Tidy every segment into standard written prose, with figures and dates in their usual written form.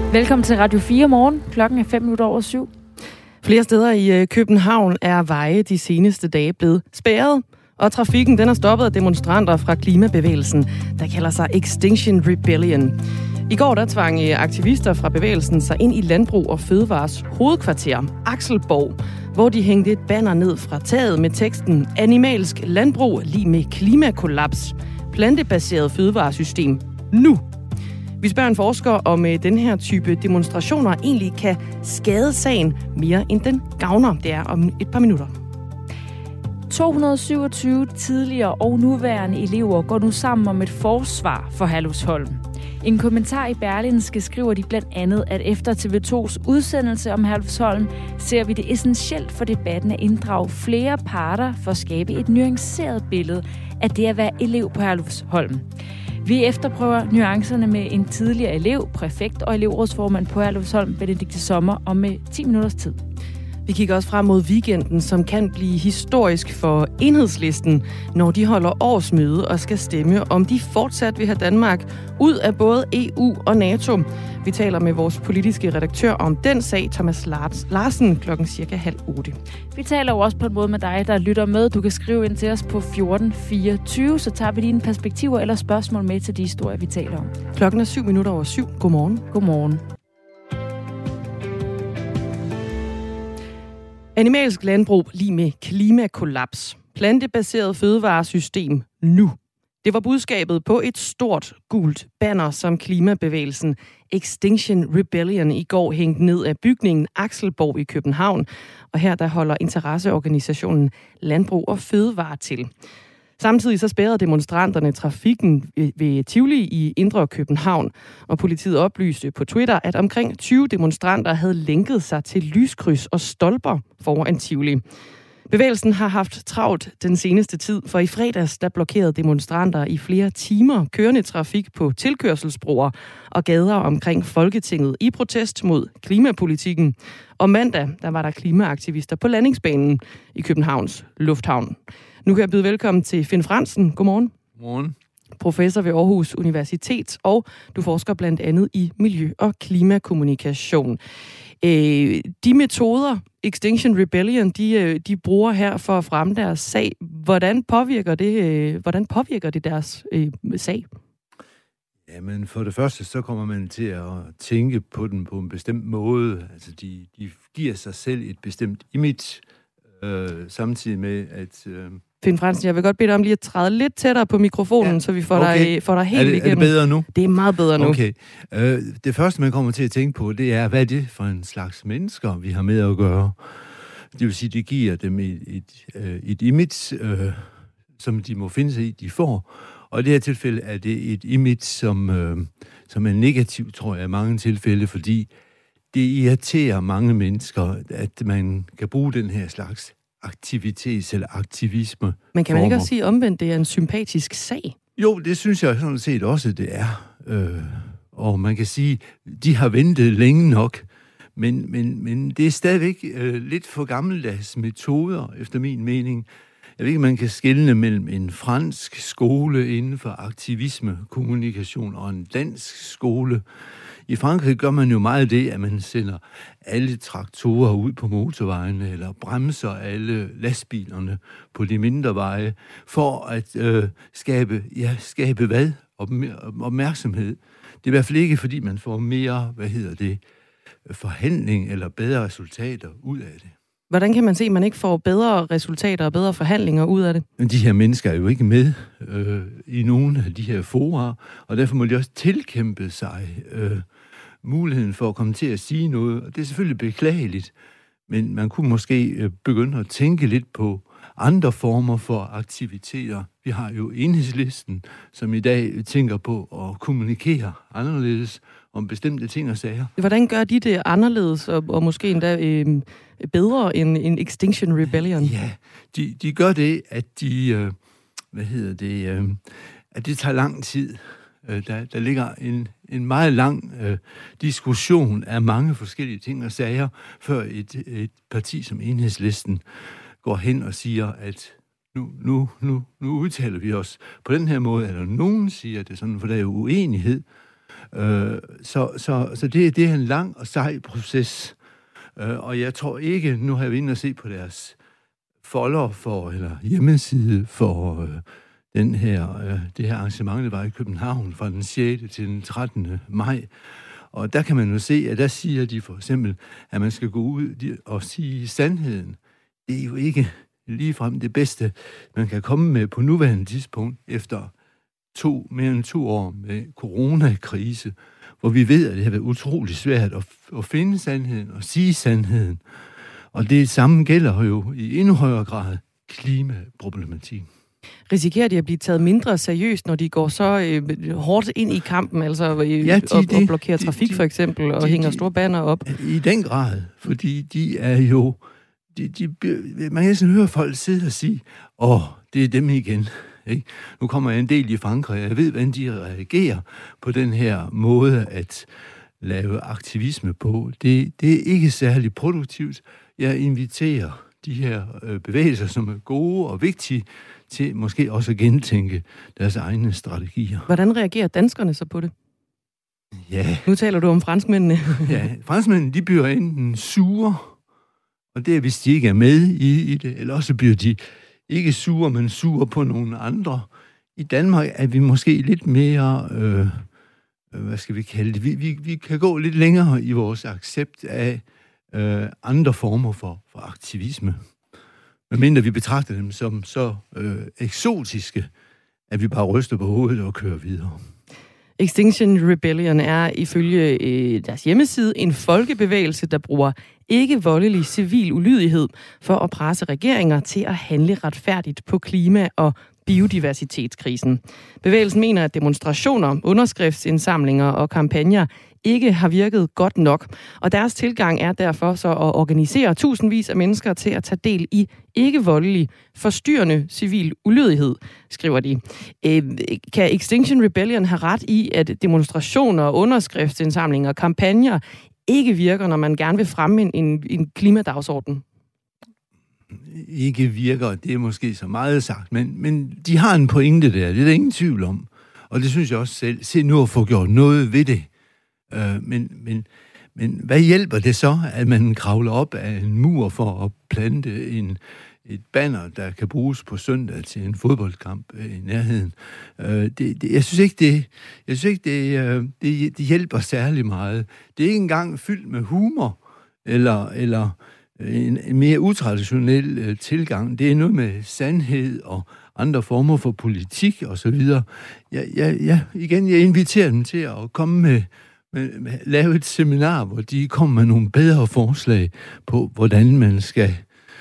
Velkommen til Radio 4 morgen. Klokken er 7:05. Flere steder i København er veje de seneste dage blevet spærret, og trafikken den er stoppet af demonstranter fra klimabevægelsen, der kalder sig Extinction Rebellion. I går der tvang aktivister fra bevægelsen sig ind i Landbrug og Fødevares hovedkvarter, Akselborg, hvor de hængte et banner ned fra taget med teksten "Animalsk landbrug lig med klimakollaps. Plantebaseret fødevaresystem nu". Vi spørger en forsker, om den her type demonstrationer egentlig kan skade sagen mere end den gavner. Det er om et par minutter. 227 tidligere og nuværende elever går nu sammen om et forsvar for Herlufsholm. I en kommentar i Berlingske skriver de blandt andet, at efter TV2's udsendelse om Herlufsholm, ser vi det essentielt for debatten at inddrage flere parter for at skabe et nuanceret billede af det at være elev på Herlufsholm. Vi efterprøver nuancerne med en tidligere elev, præfekt og elevrådsformand på Herlufsholm, Benedikte Sommer, om 10 minutters tid. Vi kigger også frem mod weekenden, som kan blive historisk for Enhedslisten, når de holder årsmøde og skal stemme, om de fortsat vil have Danmark ud af både EU og NATO. Vi taler med vores politiske redaktør om den sag, Thomas Larsen, klokken cirka 7:30. Vi taler jo også på en måde med dig, der lytter med. Du kan skrive ind til os på 1424, så tager vi dine perspektiver eller spørgsmål med til de historier, vi taler om. Klokken er 7:07. Godmorgen. Godmorgen. Animalsk landbrug lige med klimakollaps. Plantebaseret fødevaresystem nu. Det var budskabet på et stort gult banner, som klimabevægelsen Extinction Rebellion i går hængte ned af bygningen Akselborg i København. Og her der holder interesseorganisationen Landbrug og Fødevare til. Samtidig så spærrede demonstranterne trafikken ved Tivoli i Indre København, og politiet oplyste på Twitter, at omkring 20 demonstranter havde lænket sig til lyskryds og stolper foran Tivoli. Bevægelsen har haft travlt den seneste tid, for i fredags der blokerede demonstranter i flere timer kørende trafik på tilkørselsbroer og gader omkring Folketinget i protest mod klimapolitikken. Og mandag der var der klimaaktivister på landingsbanen i Københavns Lufthavn. Nu kan jeg byde velkommen til Finn Fransen. Godmorgen. Godmorgen. Professor ved Aarhus Universitet, og du forsker blandt andet i miljø- og klimakommunikation. De metoder, Extinction Rebellion, de bruger her for at fremme deres sag. Hvordan påvirker det deres sag? Jamen, for det første, så kommer man til at tænke på den på en bestemt måde. Altså, de giver sig selv et bestemt image, samtidig med, at... Finn Fransen, jeg vil godt bede dig om lige at træde lidt tættere på mikrofonen, ja, så vi får dig helt igennem. Er det bedre nu? Det er meget bedre nu. Okay. Det første, man kommer til at tænke på, det er, hvad er det for en slags mennesker, vi har med at gøre? Det vil sige, det giver dem et image, som de må finde sig i, de får. Og i det her tilfælde er det et image, som er negativt, tror jeg, i mange tilfælde, fordi det irriterer mange mennesker, at man kan bruge den her slags aktivitet eller aktivisme. Men kan man ikke også sige omvendt, det er en sympatisk sag? Jo, det synes jeg sådan set også, det er. Og man kan sige, de har ventet længe nok, men det er stadigvæk lidt for gammeldags metoder, efter min mening. Jeg ved ikke, man kan skelne mellem en fransk skole inden for aktivisme, kommunikation og en dansk skole. I Frankrig gør man jo meget det, at man sender alle traktorer ud på motorvejene, eller bremser alle lastbilerne på de mindre veje, for at skabe hvad? Opmærksomhed. Det er i hvert fald ikke, fordi man får mere, forhandling eller bedre resultater ud af det. Hvordan kan man se, at man ikke får bedre resultater og bedre forhandlinger ud af det? Men de her mennesker er jo ikke med i nogen af de her fora, og derfor må de også tilkæmpe sig muligheden for at komme til at sige noget. Og det er selvfølgelig beklageligt, men man kunne måske begynde at tænke lidt på andre former for aktiviteter. Vi har jo Enhedslisten, som i dag tænker på at kommunikere anderledes om bestemte ting og sager. Hvordan gør de det anderledes og måske endda bedre end en Extinction Rebellion? Ja, de gør det, at at det tager lang tid. Der ligger en meget lang diskussion af mange forskellige ting og sager, før et parti som Enhedslisten går hen og siger, at nu udtaler vi os på den her måde, eller nogen siger det sådan, for der er jo uenighed. Så det er en lang og sej proces. Og jeg tror ikke, nu har jeg været inde og se på deres folder eller hjemmeside for det her arrangement, der var i København fra den 6. til den 13. maj. Og der kan man jo se, at der siger de for eksempel, at man skal gå ud og sige sandheden. Det er jo ikke ligefrem det bedste, man kan komme med på nuværende tidspunkt efter mere end 2 år med coronakrise, hvor vi ved, at det har været utrolig svært at finde sandheden og sige sandheden. Og det samme gælder jo i endnu højere grad klimaproblematikken. Risikerer de at blive taget mindre seriøst, når de går så hårdt ind i kampen, altså og blokerer trafik for eksempel, og hænger store banner op? I den grad, fordi de er jo... man kan sådan høre folk sidde og sige, det er dem igen. Ikke? Nu kommer jeg en del i Frankrig, jeg ved, hvordan de reagerer på den her måde at lave aktivisme på. Det er ikke særlig produktivt. Jeg inviterer de her bevægelser, som er gode og vigtige, til måske også at gentænke deres egne strategier. Hvordan reagerer danskerne så på det? Ja. Nu taler du om franskmændene. Ja, franskmændene, de bliver enten sure, og det er, hvis de ikke er med i det, eller også bliver de ikke sure, men sure på nogle andre. I Danmark er vi måske lidt mere, hvad skal vi kalde det? Vi kan gå lidt længere i vores accept af andre former for aktivisme. Medmindre vi betragter dem som så eksotiske, at vi bare ryster på hovedet og kører videre. Extinction Rebellion er ifølge deres hjemmeside en folkebevægelse, der bruger ikke-voldelig civil ulydighed for at presse regeringer til at handle retfærdigt på klima- og biodiversitetskrisen. Bevægelsen mener, at demonstrationer, underskriftsindsamlinger og kampagner ikke har virket godt nok, og deres tilgang er derfor så at organisere tusindvis af mennesker til at tage del i ikke-voldelig, forstyrrende civil ulydighed, skriver de. Kan Extinction Rebellion have ret i, at demonstrationer, underskriftsindsamlinger og kampagner ikke virker, når man gerne vil fremme en klimadagsorden? Ikke virker, det er måske så meget sagt, men de har en pointe der, det er der ingen tvivl om. Og det synes jeg også selv. Se nu at få gjort noget ved det. Men hvad hjælper det så, at man kravler op af en mur for at plante et banner, der kan bruges på søndag til en fodboldkamp i nærheden? Jeg synes ikke, det hjælper særlig meget. Det er ikke engang fyldt med humor eller en mere utraditionel tilgang. Det er noget med sandhed og andre former for politik og så videre. Jeg inviterer dem til at komme med lave et seminar, hvor de kommer med nogle bedre forslag på, hvordan man skal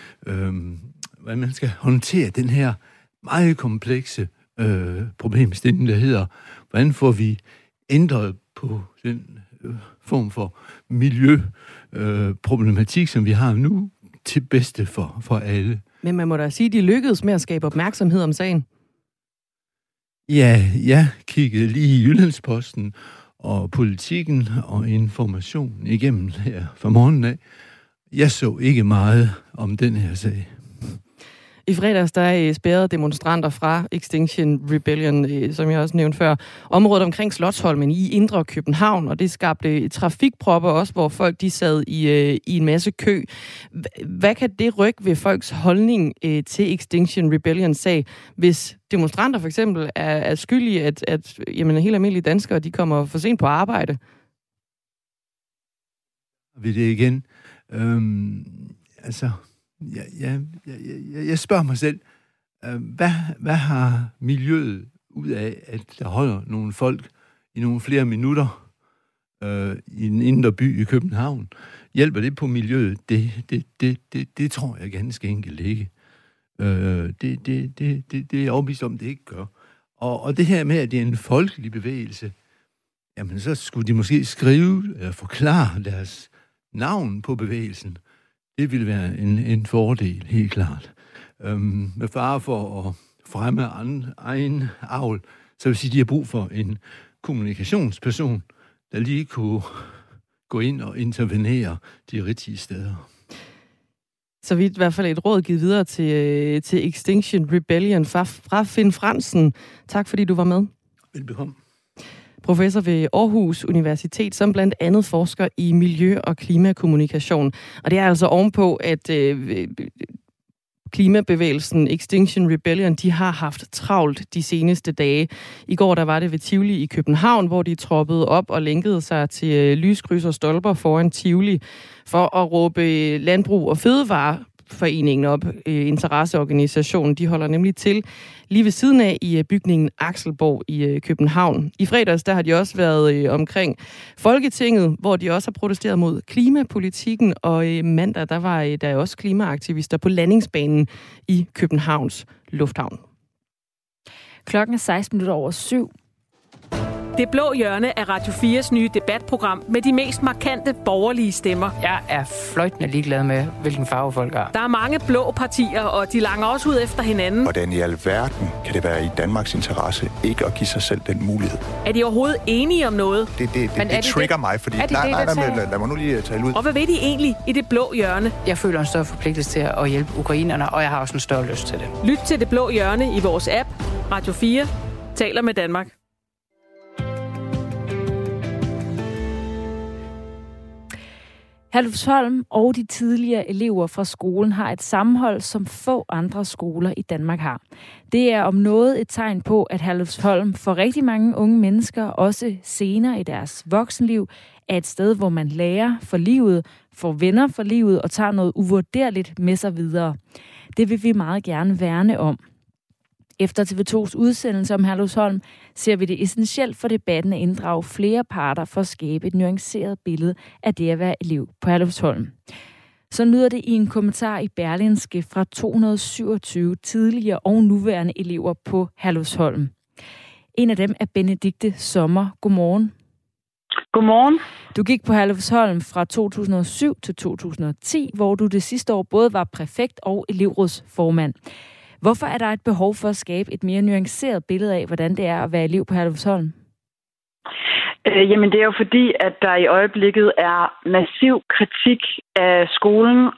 håndtere den her meget komplekse problemstilling, der hedder, hvordan får vi ændret på den form for miljøproblematik, som vi har nu, til bedste for alle. Men man må da sige, at de lykkedes med at skabe opmærksomhed om sagen. Ja, jeg kiggede lige i Jyllandsposten og Politikken og Information igennem her fra morgenen af. Jeg så ikke meget om den her sag. I fredags der spærrede demonstranter fra Extinction Rebellion, som jeg også nævnte før, området omkring Slotsholmen i Indre København, og det skabte trafikpropper også, hvor folk de sad i en masse kø. Hvad kan det rykke ved folks holdning til Extinction Rebellion sag, hvis demonstranter for eksempel er skyldige, at helt almindelige danskere de kommer for sent på arbejde? Ved det igen? Jeg spørger mig selv, hvad har miljøet ud af, at der holder nogle folk i nogle flere minutter i en indre by i København? Hjælper det på miljøet? Det tror jeg ganske enkelt ikke. Det er jeg overbevist om, det ikke gør. Og det her med, at det er en folkelig bevægelse, jamen så skulle de måske skrive eller forklare deres navn på bevægelsen. Det ville være en fordel, helt klart. Med fare for at fremme egen avl, så vil sige, at de har brug for en kommunikationsperson, der lige kunne gå ind og intervenere de rigtige steder. Så vidt i hvert fald et råd givet videre til Extinction Rebellion fra Finn Fransen. Tak fordi du var med. Velbekomme. professor ved Aarhus Universitet, som blandt andet forsker i miljø- og klimakommunikation. Og det er altså ovenpå, at klimabevægelsen Extinction Rebellion, de har haft travlt de seneste dage. I går der var det ved Tivoli i København, hvor de troppede op og lænkede sig til lyskryds og stolper foran Tivoli for at råbe Landbrug og Fødevareforeningen op. Interesseorganisationen, de holder nemlig til lige ved siden af i bygningen Axelborg i København. I fredags der har de også været omkring Folketinget, hvor de også har protesteret mod klimapolitikken, og mandag der var der også klimaaktivister på landingsbanen i Københavns Lufthavn. Klokken er 7:16. Det blå hjørne er Radio 4's nye debatprogram med de mest markante borgerlige stemmer. Jeg er fløjtende ligeglad med, hvilken farve folk har. Der er mange blå partier, og de langer også ud efter hinanden. Hvordan i alverden kan det være i Danmarks interesse ikke at give sig selv den mulighed? Er de overhovedet enige om noget? Det trigger mig, fordi... Lad mig nu lige tale ud. Og hvad ved de egentlig i det blå hjørne? Jeg føler en større forpligtelse til at hjælpe ukrainerne, og jeg har også en større lyst til det. Lyt til det blå hjørne i vores app. Radio 4 taler med Danmark. Herlufsholm og de tidligere elever fra skolen har et sammenhold, som få andre skoler i Danmark har. Det er om noget et tegn på, at Herlufsholm for rigtig mange unge mennesker, også senere i deres voksenliv, er et sted, hvor man lærer for livet, får venner for livet og tager noget uvurderligt med sig videre. Det vil vi meget gerne værne om. Efter TV2's udsendelse om Herlufsholm ser vi det essentielt for debatten at inddrage flere parter for at skabe et nuanceret billede af det at være elev på Herlufsholm. Så lyder det i en kommentar i Berlingske fra 227 tidligere og nuværende elever på Herlufsholm. En af dem er Benedikte Sommer. Godmorgen. Godmorgen. Du gik på Herlufsholm fra 2007 til 2010, hvor du det sidste år både var præfekt og elevrådsformand. Hvorfor er der et behov for at skabe et mere nuanceret billede af, hvordan det er at være elev på Herlufsholm? Jamen det er jo fordi, at der i øjeblikket er massiv kritik af skolen,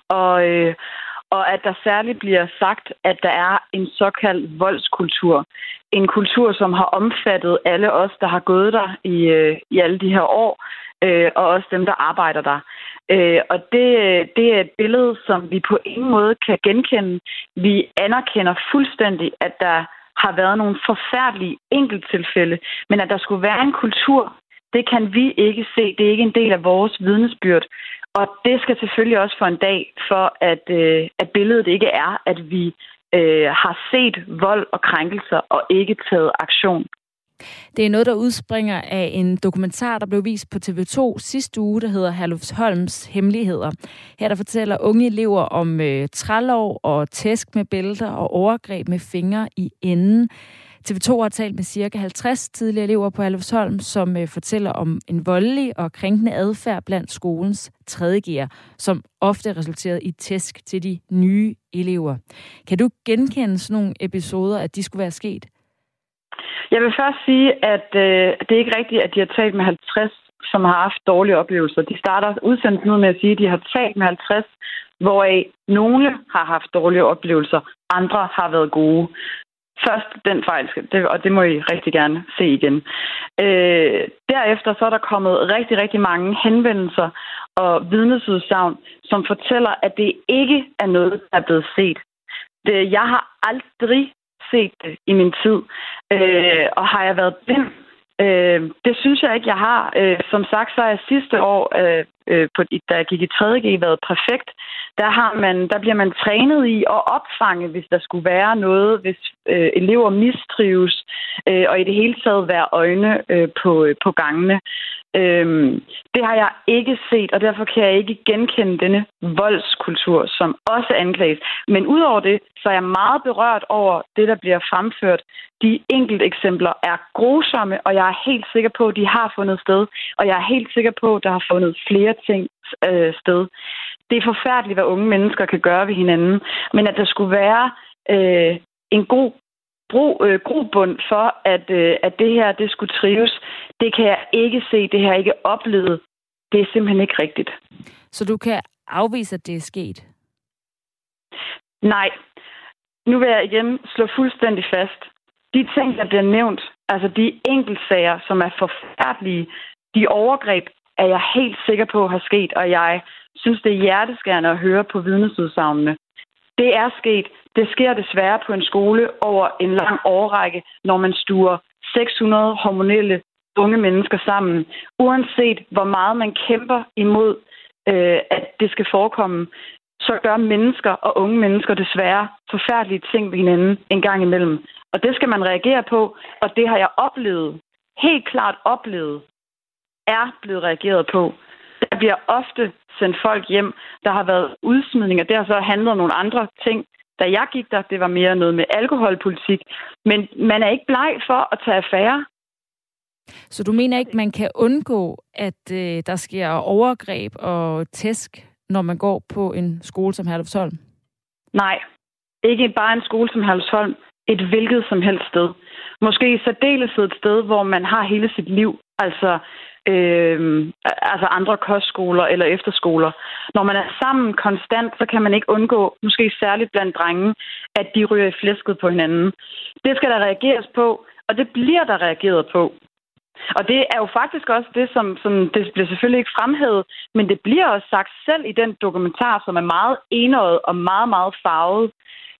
og at der særligt bliver sagt, at der er en såkaldt voldskultur. En kultur, som har omfattet alle os, der har gået der i alle de her år, og også dem, der arbejder der. Og det er et billede, som vi på ingen måde kan genkende. Vi anerkender fuldstændig, at der har været nogle forfærdelige enkelttilfælde, men at der skulle være en kultur, det kan vi ikke se. Det er ikke en del af vores vidnesbyrd. Og det skal selvfølgelig også for en dag, for at billedet ikke er, at vi har set vold og krænkelser og ikke taget aktion. Det er noget, der udspringer af en dokumentar, der blev vist på TV2 sidste uge, der hedder Herlufsholms Hemmeligheder. Her der fortæller unge elever om trælov og tæsk med bælter og overgreb med fingre i enden. TV2 har talt med cirka 50 tidligere elever på Herlufsholm, som fortæller om en voldelig og krænkende adfærd blandt skolens 3. G'er, som ofte resulterede i tæsk til de nye elever. Kan du genkende sådan nogle episoder, at de skulle være sket? Jeg vil først sige, at det er ikke rigtigt, at de har talt med 50, som har haft dårlige oplevelser. De starter udsendelsen ud med at sige, at de har talt med 50, hvoraf nogle har haft dårlige oplevelser, andre har været gode. Først den fejl, og det må I rigtig gerne se igen. Derefter så er der kommet rigtig, rigtig mange henvendelser og vidnesudsagn, som fortæller, at det ikke er noget, der er blevet set. Jeg har aldrig set det i min tid, og har jeg været blind? Det synes jeg ikke, jeg har. Som sagt, så er jeg sidste år, da jeg gik i 3.G, været præfekt. Der bliver man trænet i at opfange, hvis der skulle være noget, hvis elever mistrives, og i det hele taget være øjne på gangene. Det har jeg ikke set, og derfor kan jeg ikke genkende denne voldskultur, som også anklages. Men udover det, så er jeg meget berørt over det, der bliver fremført. De enkelte eksempler er grusomme, og jeg er helt sikker på, at de har fundet sted. Og jeg er helt sikker på, at der har fundet flere ting sted. Det er forfærdeligt, hvad unge mennesker kan gøre ved hinanden. Men at der skulle være en god grobund for, at det her det skulle trives, det kan jeg ikke se, det har jeg ikke oplevet. Det er simpelthen ikke rigtigt. Så du kan afvise, at det er sket? Nej. Nu vil jeg igen slå fuldstændig fast. De ting, der bliver nævnt, Altså de enkeltsager, som er forfærdelige, de overgreb, er jeg helt sikker på har sket, og jeg synes, det er hjerteskærende at høre på vidnesudsagnene. Det er sket. Det sker desværre på en skole over en lang årrække, når man stuer 600 hormonelle unge mennesker sammen. Uanset hvor meget man kæmper imod, at det skal forekomme, så gør mennesker og unge mennesker desværre forfærdelige ting ved hinanden en gang imellem. Og det skal man reagere på, og det har jeg oplevet, helt klart oplevet, er blevet reageret på. Der bliver ofte sendt folk hjem, der har været udsmidninger. Det har så handlet om nogle andre ting. Da jeg gik der, det var mere noget med alkoholpolitik. Men man er ikke bleg for at tage affære. Så du mener ikke, man kan undgå, at der sker overgreb og tæsk, når man går på en skole som Herlufsholm? Nej, ikke bare en skole som Herlufsholm. Et hvilket som helst sted. Måske i særdeleshed et sted, hvor man har hele sit liv. Altså andre kostskoler eller efterskoler. Når man er sammen konstant, så kan man ikke undgå, måske særligt blandt drenge, at de ryger i flæsket på hinanden. Det skal der reageres på, og det bliver der reageret på. Og det er jo faktisk også det, som det bliver selvfølgelig ikke fremhævet, men det bliver også sagt selv i den dokumentar, som er meget enøjet og meget, meget farvet,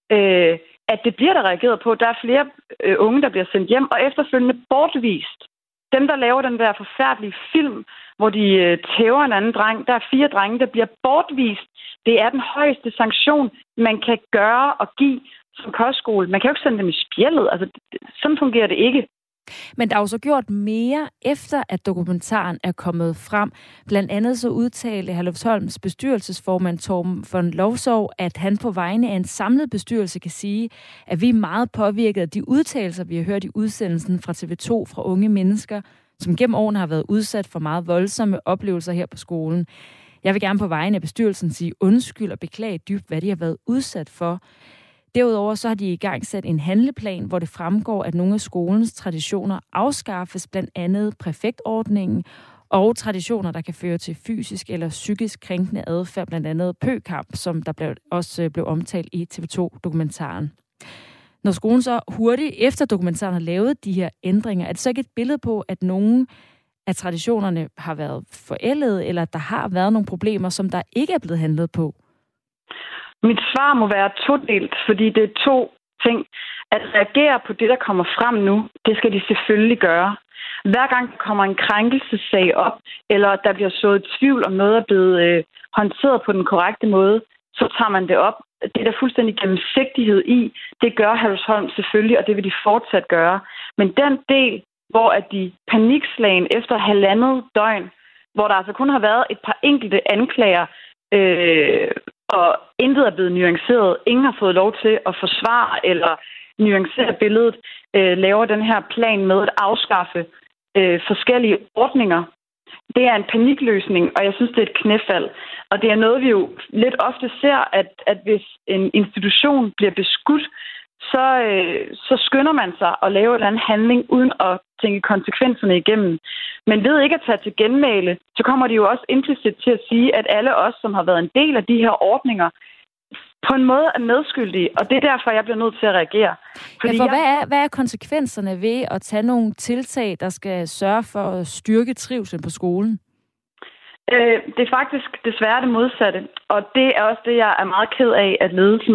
at det bliver der reageret på. Der er flere unge, der bliver sendt hjem og efterfølgende bortvist. Dem, der laver den der forfærdelige film, hvor de tæver en anden dreng, der er 4 drenge, der bliver bortvist. Det er den højeste sanktion, man kan gøre og give som kostskole. Man kan jo ikke sende dem i spjældet. Altså, sådan fungerer det ikke. Men der er jo så gjort mere, efter at dokumentaren er kommet frem. Blandt andet så udtalte Herlufsholms bestyrelsesformand Torben von Lovsov, at han på vegne af en samlet bestyrelse kan sige, at vi er meget påvirket af de udtalelser, vi har hørt i udsendelsen fra TV2 fra unge mennesker, som gennem årene har været udsat for meget voldsomme oplevelser her på skolen. Jeg vil gerne på vegne af bestyrelsen sige undskyld og beklage dybt, hvad de har været udsat for. Derudover så har de i gang sat en handleplan, hvor det fremgår, at nogle af skolens traditioner afskaffes, blandt andet præfektordningen, og traditioner, der kan føre til fysisk eller psykisk krænkende adfærd, blandt andet pøkamp, som der også blev omtalt i TV2-dokumentaren. Når skolen så hurtigt efter dokumentaren har lavet de her ændringer, er det så ikke et billede på, at nogle af traditionerne har været forældet, eller at der har været nogle problemer, som der ikke er blevet handlet på? Mit svar må være todelt, fordi det er 2 ting. At reagere på det, der kommer frem nu, det skal de selvfølgelig gøre. Hver gang der kommer en krænkelsessag op, eller der bliver sået tvivl om noget er blevet håndteret på den korrekte måde, så tager man det op. Det er der fuldstændig gennemsigtighed i. Det gør Herlufsholm selvfølgelig, og det vil de fortsat gøre. Men den del, hvor at de panikslagen efter 1,5 døgn, hvor der altså kun har været et par enkelte anklager, og intet er blevet nuanceret. Ingen har fået lov til at forsvare eller nuancere billedet. Laver den her plan med at afskaffe forskellige ordninger. Det er en panikløsning, og jeg synes, det er et knæfald. Og det er noget, vi jo lidt ofte ser, at hvis en institution bliver beskudt, så skynder man sig at lave en eller anden handling, uden at tænke konsekvenserne igennem. Men ved ikke at tage til genmæle, så kommer de jo også implicit til at sige, at alle os, som har været en del af de her ordninger, på en måde er medskyldige, og det er derfor, jeg bliver nødt til at reagere. Fordi hvad er konsekvenserne ved at tage nogle tiltag, der skal sørge for at styrke trivslen på skolen? Det er faktisk desværre det modsatte, og det er også det, jeg er meget ked af, at ledelsen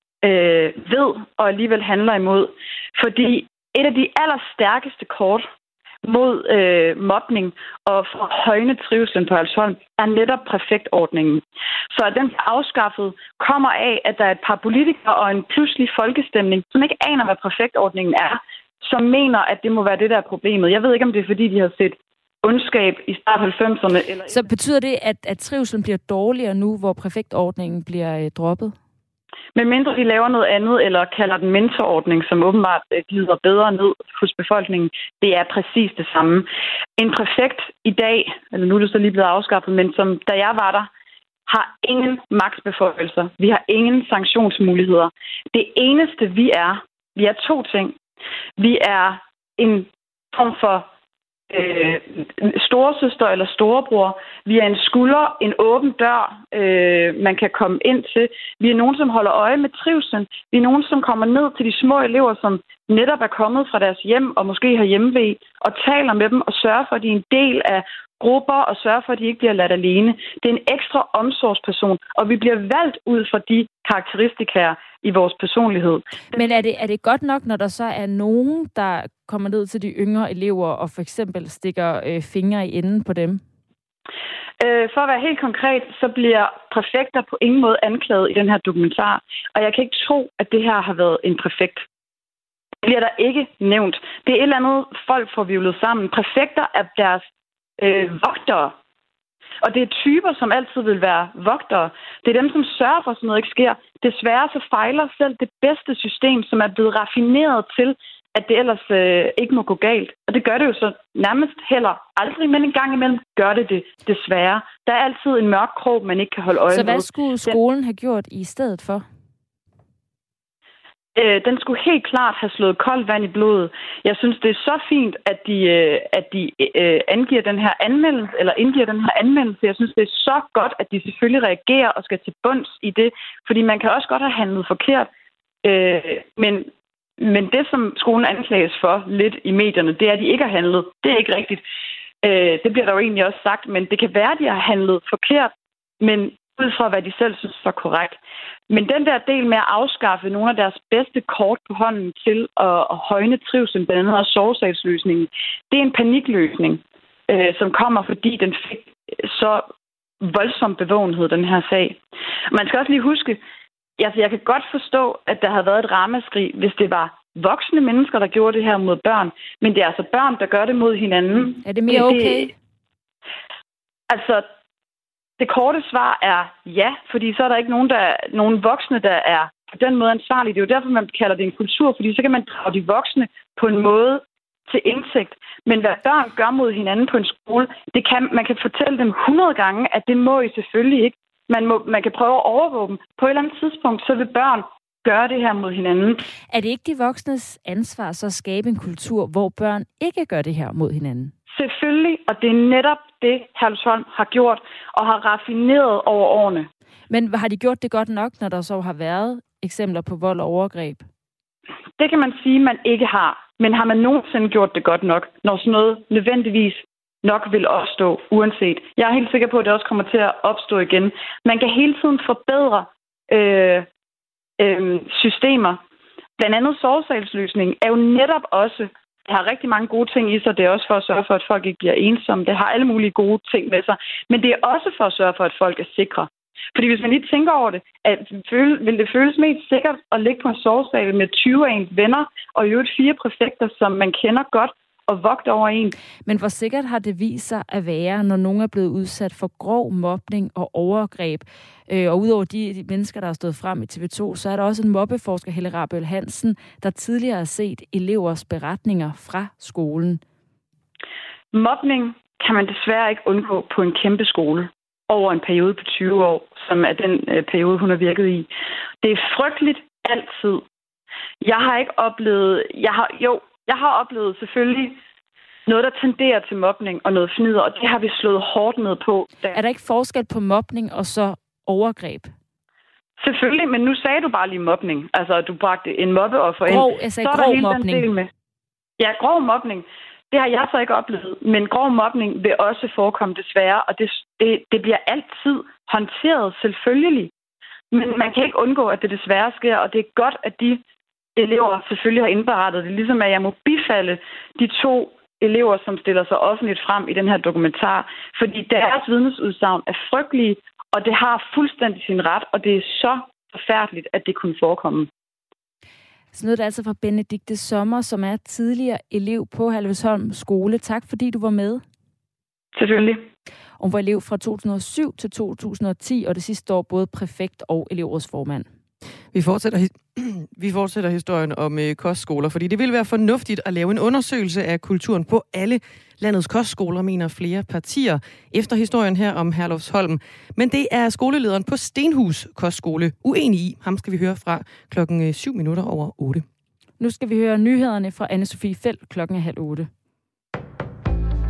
ved og alligevel handler imod. Fordi et af de allerstærkeste kort mod mobning og for at højne trivslen på Herlufsholm er netop præfektordningen. Så at den afskaffet kommer af, at der er et par politikere og en pludselig folkestemning, som ikke aner, hvad præfektordningen er, som mener, at det må være det, der er problemet. Jeg ved ikke, om det er, fordi de har set ondskab i start 90'erne. Eller så betyder det, at trivslen bliver dårligere nu, hvor præfektordningen bliver droppet? Men mindre de laver noget andet, eller kalder den mentorordning, som åbenbart glider bedre ned hos befolkningen, det er præcis det samme. En præfekt i dag, eller nu er det så lige blevet afskaffet, men som da jeg var der, har ingen magtbeføjelser. Vi har ingen sanktionsmuligheder. Det eneste vi er 2 ting. Vi er en form for storesøster eller storebror. Vi er en skulder, en åben dør, man kan komme ind til. Vi er nogen, som holder øje med trivslen. Vi er nogen, som kommer ned til de små elever, som netop er kommet fra deres hjem og måske har hjemmevæg, og taler med dem og sørger for, at de er en del af grupper og sørger for, at de ikke bliver ladt alene. Det er en ekstra omsorgsperson, og vi bliver valgt ud fra de karakteristika i vores personlighed. Men er det godt nok, når der så er nogen, der kommer ned til de yngre elever og for eksempel stikker fingre i enden på dem? For at være helt konkret, så bliver præfekter på ingen måde anklaget i den her dokumentar. Og jeg kan ikke tro, at det her har været en præfekt. Det bliver der ikke nævnt. Det er et eller andet, folk får vivlet sammen. Præfekter er deres vogtere. Og det er typer, som altid vil være vogtere. Det er dem, som sørger for, at sådan noget ikke sker. Desværre så fejler selv det bedste system, som er blevet raffineret til, at det ellers ikke må gå galt. Og det gør det jo så nærmest heller aldrig, men en gang imellem gør det desværre. Der er altid en mørk krog, man ikke kan holde øje med. Så hvad skulle skolen have gjort i stedet for? Den skulle helt klart have slået koldt vand i blodet. Jeg synes, det er så fint, at de angiver den her anmeldelse, eller indgiver den her anmeldelse. Jeg synes, det er så godt, at de selvfølgelig reagerer og skal til bunds i det. Fordi man kan også godt have handlet forkert. Men det, som skolen anklages for lidt i medierne, det er, at de ikke har handlet. Det er ikke rigtigt. Det bliver der jo egentlig også sagt. Men det kan være, at de har handlet forkert, men ud fra, hvad de selv synes var korrekt. Men den der del med at afskaffe nogle af deres bedste kort på hånden til at højne trivsel, blandt andet også sovesalsløsningen, det er en panikløsning, som kommer, fordi den fik så voldsom bevågenhed, den her sag. Man skal også lige huske, jeg kan godt forstå, at der havde været et ramaskrig, hvis det var voksne mennesker, der gjorde det her mod børn, men det er altså børn, der gør det mod hinanden. Er det mere okay? Altså, det korte svar er ja, fordi så er der ikke nogen voksne, der er på den måde ansvarlige. Det er jo derfor, man kalder det en kultur, fordi så kan man drage de voksne på en måde til indsigt. Men hvad børn gør mod hinanden på en skole, man kan fortælle dem 100 gange, at det må I selvfølgelig ikke. Man kan prøve at overvåge dem. På et eller andet tidspunkt, så vil børn gøre det her mod hinanden. Er det ikke de voksnes ansvar så at skabe en kultur, hvor børn ikke gør det her mod hinanden? Selvfølgelig, og det er netop det, Herlufsholm har gjort og har raffineret over årene. Men har de gjort det godt nok, når der så har været eksempler på vold og overgreb? Det kan man sige, man ikke har. Men har man nogensinde gjort det godt nok, når sådan noget nødvendigvis nok vil opstå, uanset. Jeg er helt sikker på, at det også kommer til at opstå igen. Man kan hele tiden forbedre systemer. Blandt andet sovesalsløsningen er jo netop også, det har rigtig mange gode ting i sig. Det er også for at sørge for, at folk ikke bliver ensomme. Det har alle mulige gode ting med sig. Men det er også for at sørge for, at folk er sikre. Fordi hvis man lige tænker over det, vil det føles mest sikkert at ligge på en sovesal med 20 af ens venner, og i øvrigt 4 præfekter, som man kender godt, og vogte over en. Men hvor sikkert har det vist sig at være, når nogen er blevet udsat for grov mobning og overgreb? Og udover de mennesker, der har stået frem i TV2, så er der også en mobbeforsker, Helle Rabøl Hansen, der tidligere har set elevers beretninger fra skolen. Mobning kan man desværre ikke undgå på en kæmpe skole over en periode på 20 år, som er den periode, hun har virket i. Det er frygteligt altid. Jeg har ikke oplevet... Jeg har oplevet selvfølgelig noget, der tenderer til mobning og noget fnider, og det har vi slået hårdt ned på. Er der ikke forskel på mobning og så overgreb? Selvfølgelig, men nu sagde du bare lige mobning. Altså, du bragte en mobbeoffer ind. Jeg sagde grov mobning. Ja, grov mobning. Det har jeg så ikke oplevet, men grov mobning vil også forekomme desværre, og det bliver altid håndteret selvfølgelig. Men man kan ikke undgå, at det desværre sker, og det er godt, at de elever selvfølgelig har indberettet det, ligesom at jeg må bifalde de 2 elever, som stiller sig offentligt frem i den her dokumentar, fordi deres vidnesudsagn er frygtelige, og det har fuldstændig sin ret, og det er så forfærdeligt, at det kunne forekomme. Så noget, der altså fra Benedikte Sommer, som er tidligere elev på Herlufsholm skole. Tak, fordi du var med. Selvfølgelig. Hun var elev fra 2007 til 2010, og det sidste år både præfekt og elevrådsformand. Vi fortsætter historien om kostskoler, fordi det vil være fornuftigt at lave en undersøgelse af kulturen på alle landets kostskoler, mener flere partier, efter historien her om Herlufsholm. Men det er skolelederen på Stenhus Kostskole uenig i. Ham skal vi høre fra 7:07. Nu skal vi høre nyhederne fra Anne-Sophie Felt 7:30.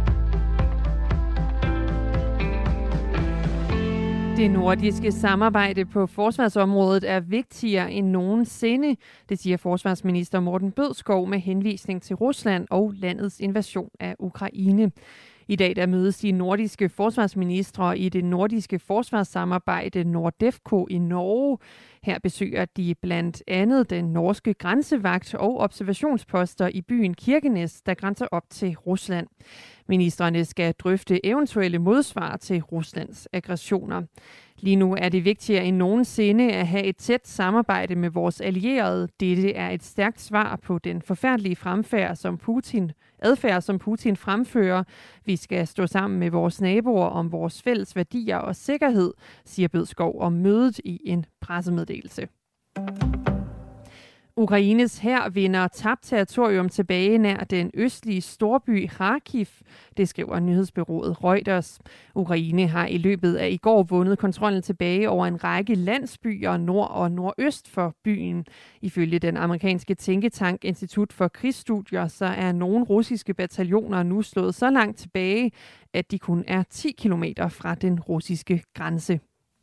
Det nordiske samarbejde på forsvarsområdet er vigtigere end nogensinde, det siger forsvarsminister Morten Bødskov med henvisning til Rusland og landets invasion af Ukraine. I dag der mødes de nordiske forsvarsministre i det nordiske forsvarssamarbejde NORDEFCO i Norge. Her besøger de blandt andet den norske grænsevagt og observationsposter i byen Kirkenes, der grænser op til Rusland. Ministrene skal drøfte eventuelle modsvar til Ruslands aggressioner. Lige nu er det vigtigere end nogensinde at have et tæt samarbejde med vores allierede. Dette er et stærkt svar på den forfærdelige adfærd, som Putin fremfører. Vi skal stå sammen med vores naboer om vores fælles værdier og sikkerhed, siger Bødskov om mødet i en pressemeddelelse. Ukraines hær vinder tabt territorium tilbage nær den østlige storby Kharkiv, det skriver nyhedsbureauet Reuters. Ukraine har i løbet af i går vundet kontrollen tilbage over en række landsbyer nord og nordøst for byen. Ifølge den amerikanske tænketank Institut for Krigsstudier, så er nogle russiske bataljoner nu slået så langt tilbage, at de kun er 10 kilometer fra den russiske grænse.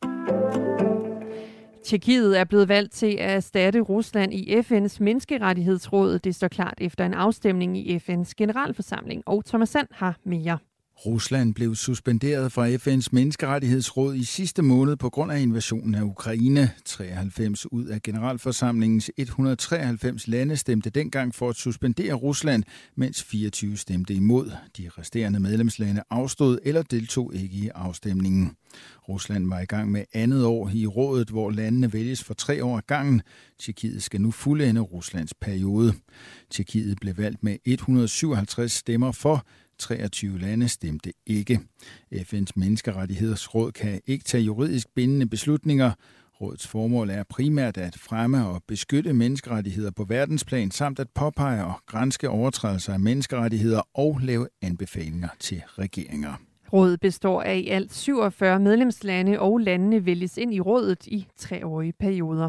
Tjekkiet er blevet valgt til at erstatte Rusland i FN's menneskerettighedsråd. Det står klart efter en afstemning i FN's generalforsamling, og Thomas Sand har mere. Rusland blev suspenderet fra FN's menneskerettighedsråd i sidste måned på grund af invasionen af Ukraine. 93 ud af generalforsamlingens 193 lande stemte dengang for at suspendere Rusland, mens 24 stemte imod. De resterende medlemslande afstod eller deltog ikke i afstemningen. Rusland var i gang med andet år i rådet, hvor landene vælges for 3 år ad gangen. Tjekkiet skal nu fuldende Ruslands periode. Tjekkiet blev valgt med 157 stemmer for. 23 lande stemte ikke. FN's menneskerettighedsråd kan ikke tage juridisk bindende beslutninger. Rådets formål er primært at fremme og beskytte menneskerettigheder på verdensplan, samt at påpege og granske overtrædelser af menneskerettigheder og lave anbefalinger til regeringer. Rådet består af i alt 47 medlemslande, og landene vælges ind i rådet i 3-årige perioder.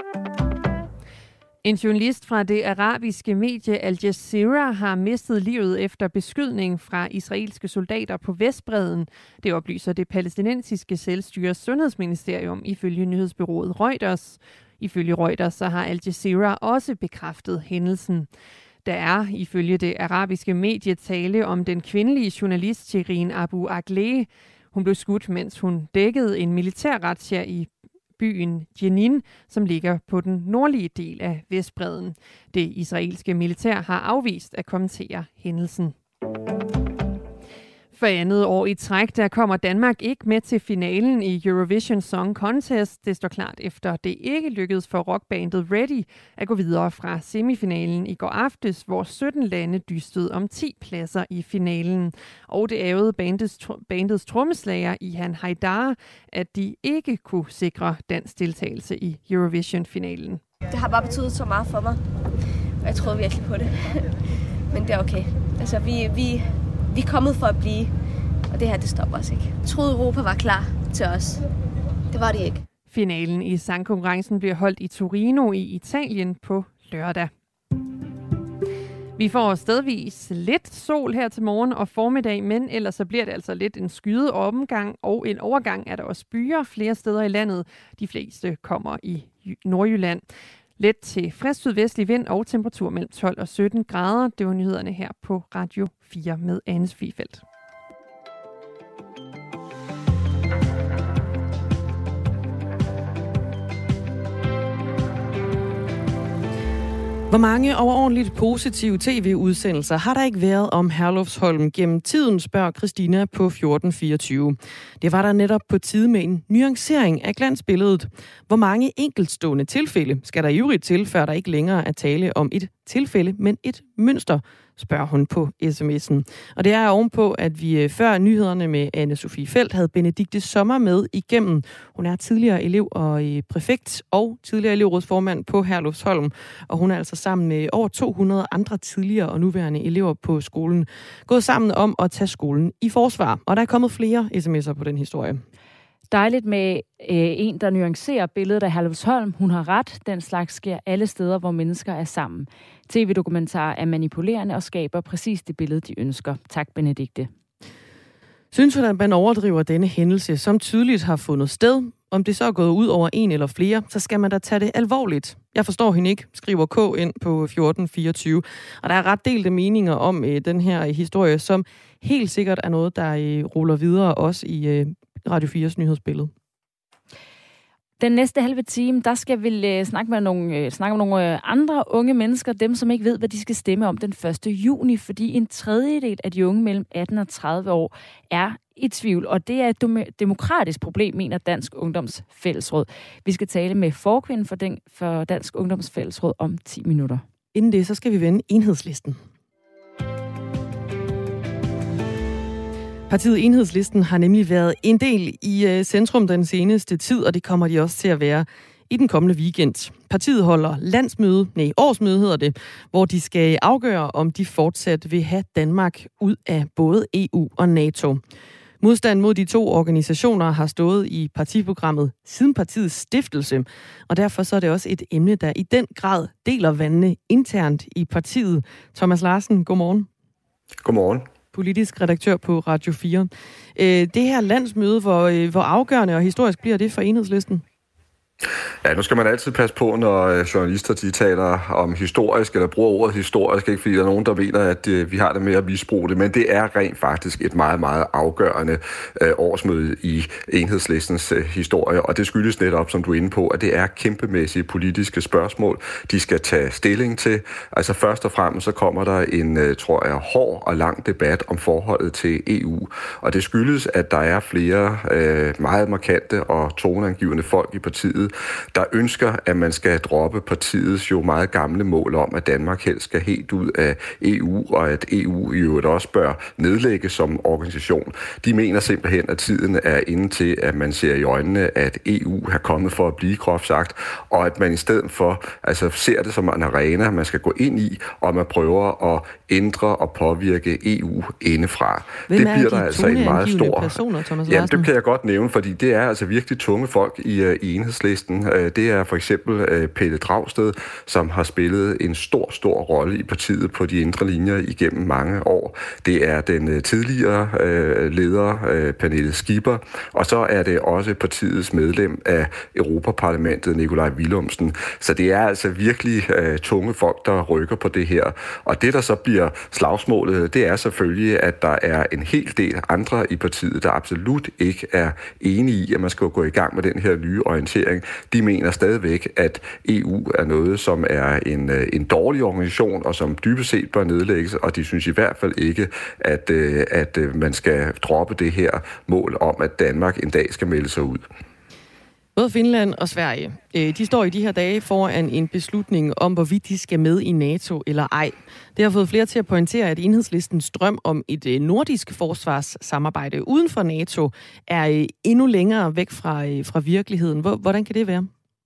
En journalist fra det arabiske medie Al Jazeera har mistet livet efter beskydning fra israelske soldater på Vestbredden. Det oplyser det palæstinensiske selvstyres sundhedsministerium ifølge nyhedsbureauet Reuters. Ifølge Reuters så har Al Jazeera også bekræftet hændelsen. Der er ifølge det arabiske medie tale om den kvindelige journalist Shirin Abu Akleh. Hun blev skudt, mens hun dækkede en militærrazzia i byen Jenin, som ligger på den nordlige del af Vestbredden. Det israelske militær har afvist at kommentere hændelsen. For andet år i træk, der kommer Danmark ikke med til finalen i Eurovision Song Contest. Det står klart efter det ikke lykkedes for rockbandet Ready at gå videre fra semifinalen i går aftes, hvor 17 lande dystede om 10 pladser i finalen. Og det ærgede bandets trommeslager Ihan Haidar, at de ikke kunne sikre dansk deltagelse i Eurovision-finalen. Det har bare betydet så meget for mig, og jeg troede virkelig på det. Men det er okay. Altså, vi er kommet for at blive, og det her, det stopper os ikke. Jeg troede, Europa var klar til os. Det var det ikke. Finalen i sangkonkurrencen bliver holdt i Torino i Italien på lørdag. Vi får stedvis lidt sol her til morgen og formiddag, men ellers så bliver det altså lidt en skyet omgang, og en overgang er der også byer flere steder i landet. De fleste kommer i Nordjylland. Let til frisk sydvestlig vind og temperatur mellem 12 og 17 grader. Det var nyhederne her på Radio 4 med Anne Sofie Feldt. Hvor mange overordentligt positive tv-udsendelser har der ikke været om Herlufsholm gennem tiden, spørger Christina på 1424. Det var der netop på tide med en nuancering af glansbilledet. Hvor mange enkeltstående tilfælde skal der i øvrigt til, før der ikke længere er tale om et tilfælde, men et mønster, spørger hun på sms'en. Og det er ovenpå, at vi før nyhederne med Anne Sofie Feldt havde Benedikte Sommer med igennem. Hun er tidligere elev og præfekt og tidligere elevrådsformand på Herlufsholm. Og hun er altså sammen med over 200 andre tidligere og nuværende elever på skolen gået sammen om at tage skolen i forsvar. Og der er kommet flere sms'er på den historie. Dejligt med en, der nuancerer billedet af Herlufsholm. Hun har ret. Den slags sker alle steder, hvor mennesker er sammen. TV-dokumentarer er manipulerende og skaber præcis det billede, de ønsker. Tak, Benedikte. Synes hun, at man overdriver denne hændelse, som tydeligt har fundet sted? Om det så er gået ud over en eller flere, så skal man da tage det alvorligt. Jeg forstår hende ikke, skriver K ind på 1424. Og der er ret delte meninger om den her historie, som helt sikkert er noget, der ruller videre også i Radio 4's nyhedsbillede. Den næste halve time, der skal vi snakke om nogle andre unge mennesker, dem som ikke ved, hvad de skal stemme om den 1. juni, fordi en tredjedel af de unge mellem 18 og 30 år er i tvivl, og det er et demokratisk problem, mener Dansk Ungdoms Fællesråd. Vi skal tale med forkvinden for Dansk Ungdoms Fællesråd om 10 minutter. Inden det, så skal vi vende Enhedslisten. Partiet Enhedslisten har nemlig været en del i centrum den seneste tid, og det kommer de også til at være i den kommende weekend. Partiet holder årsmøde hedder det, hvor de skal afgøre, om de fortsat vil have Danmark ud af både EU og NATO. Modstand mod de to organisationer har stået i partiprogrammet siden partiets stiftelse, og derfor så er det også et emne, der i den grad deler vandene internt i partiet. Thomas Larsen, godmorgen. Godmorgen. Politisk redaktør på Radio 4. Det her landsmøde, hvor afgørende og historisk bliver det for Enhedslisten? Ja, nu skal man altid passe på, når journalister de taler om historisk, eller bruger ordet historisk, ikke fordi der er nogen, der mener, at vi har det med at misbruge det, men det er rent faktisk et meget, meget afgørende årsmøde i Enhedslistens historie, og det skyldes netop, som du er inde på, at det er kæmpemæssige politiske spørgsmål, de skal tage stilling til. Altså først og fremmest så kommer der en, tror jeg, hård og lang debat om forholdet til EU, og det skyldes, at der er flere meget markante og toneangivende folk i partiet, der ønsker, at man skal droppe partiets jo meget gamle mål om, at Danmark helst skal helt ud af EU, og at EU i øvrigt også bør nedlægges som organisation. De mener simpelthen, at tiden er inde til, at man ser i øjnene, at EU har kommet for at blive, groft sagt, og at man i stedet for ser det som en arena, man skal gå ind i, og man prøver at ændre og påvirke EU indefra. Hvem det bliver der de altså en meget stor personer, Thomas Larsen? Jamen, det kan jeg godt nævne, fordi det er altså virkelig tunge folk i Enhedslisten. Det er for eksempel Pelle Dragsted, som har spillet en stor rolle i partiet på de indre linjer igennem mange år. Det er den tidligere leder, Pernille Skipper, og så er det også partiets medlem af Europaparlamentet, Nikolaj Villumsen. Så det er altså virkelig tunge folk, der rykker på det her. Og det, der så bliver slagsmålet, det er selvfølgelig, at der er en hel del andre i partiet, der absolut ikke er enige i, at man skal gå i gang med den her nye orientering. De mener stadigvæk, at EU er noget, som er en dårlig organisation, og som dybest set bør nedlægges, og de synes i hvert fald ikke, at man skal droppe det her mål om, at Danmark en dag skal melde sig ud. Både Finland og Sverige, de står i de her dage foran en beslutning om, hvorvidt de skal med i NATO eller ej. Det har fået flere til at pointere, at Enhedslistens drøm om et nordisk forsvarssamarbejde uden for NATO er endnu længere væk fra virkeligheden. Hvordan kan det være?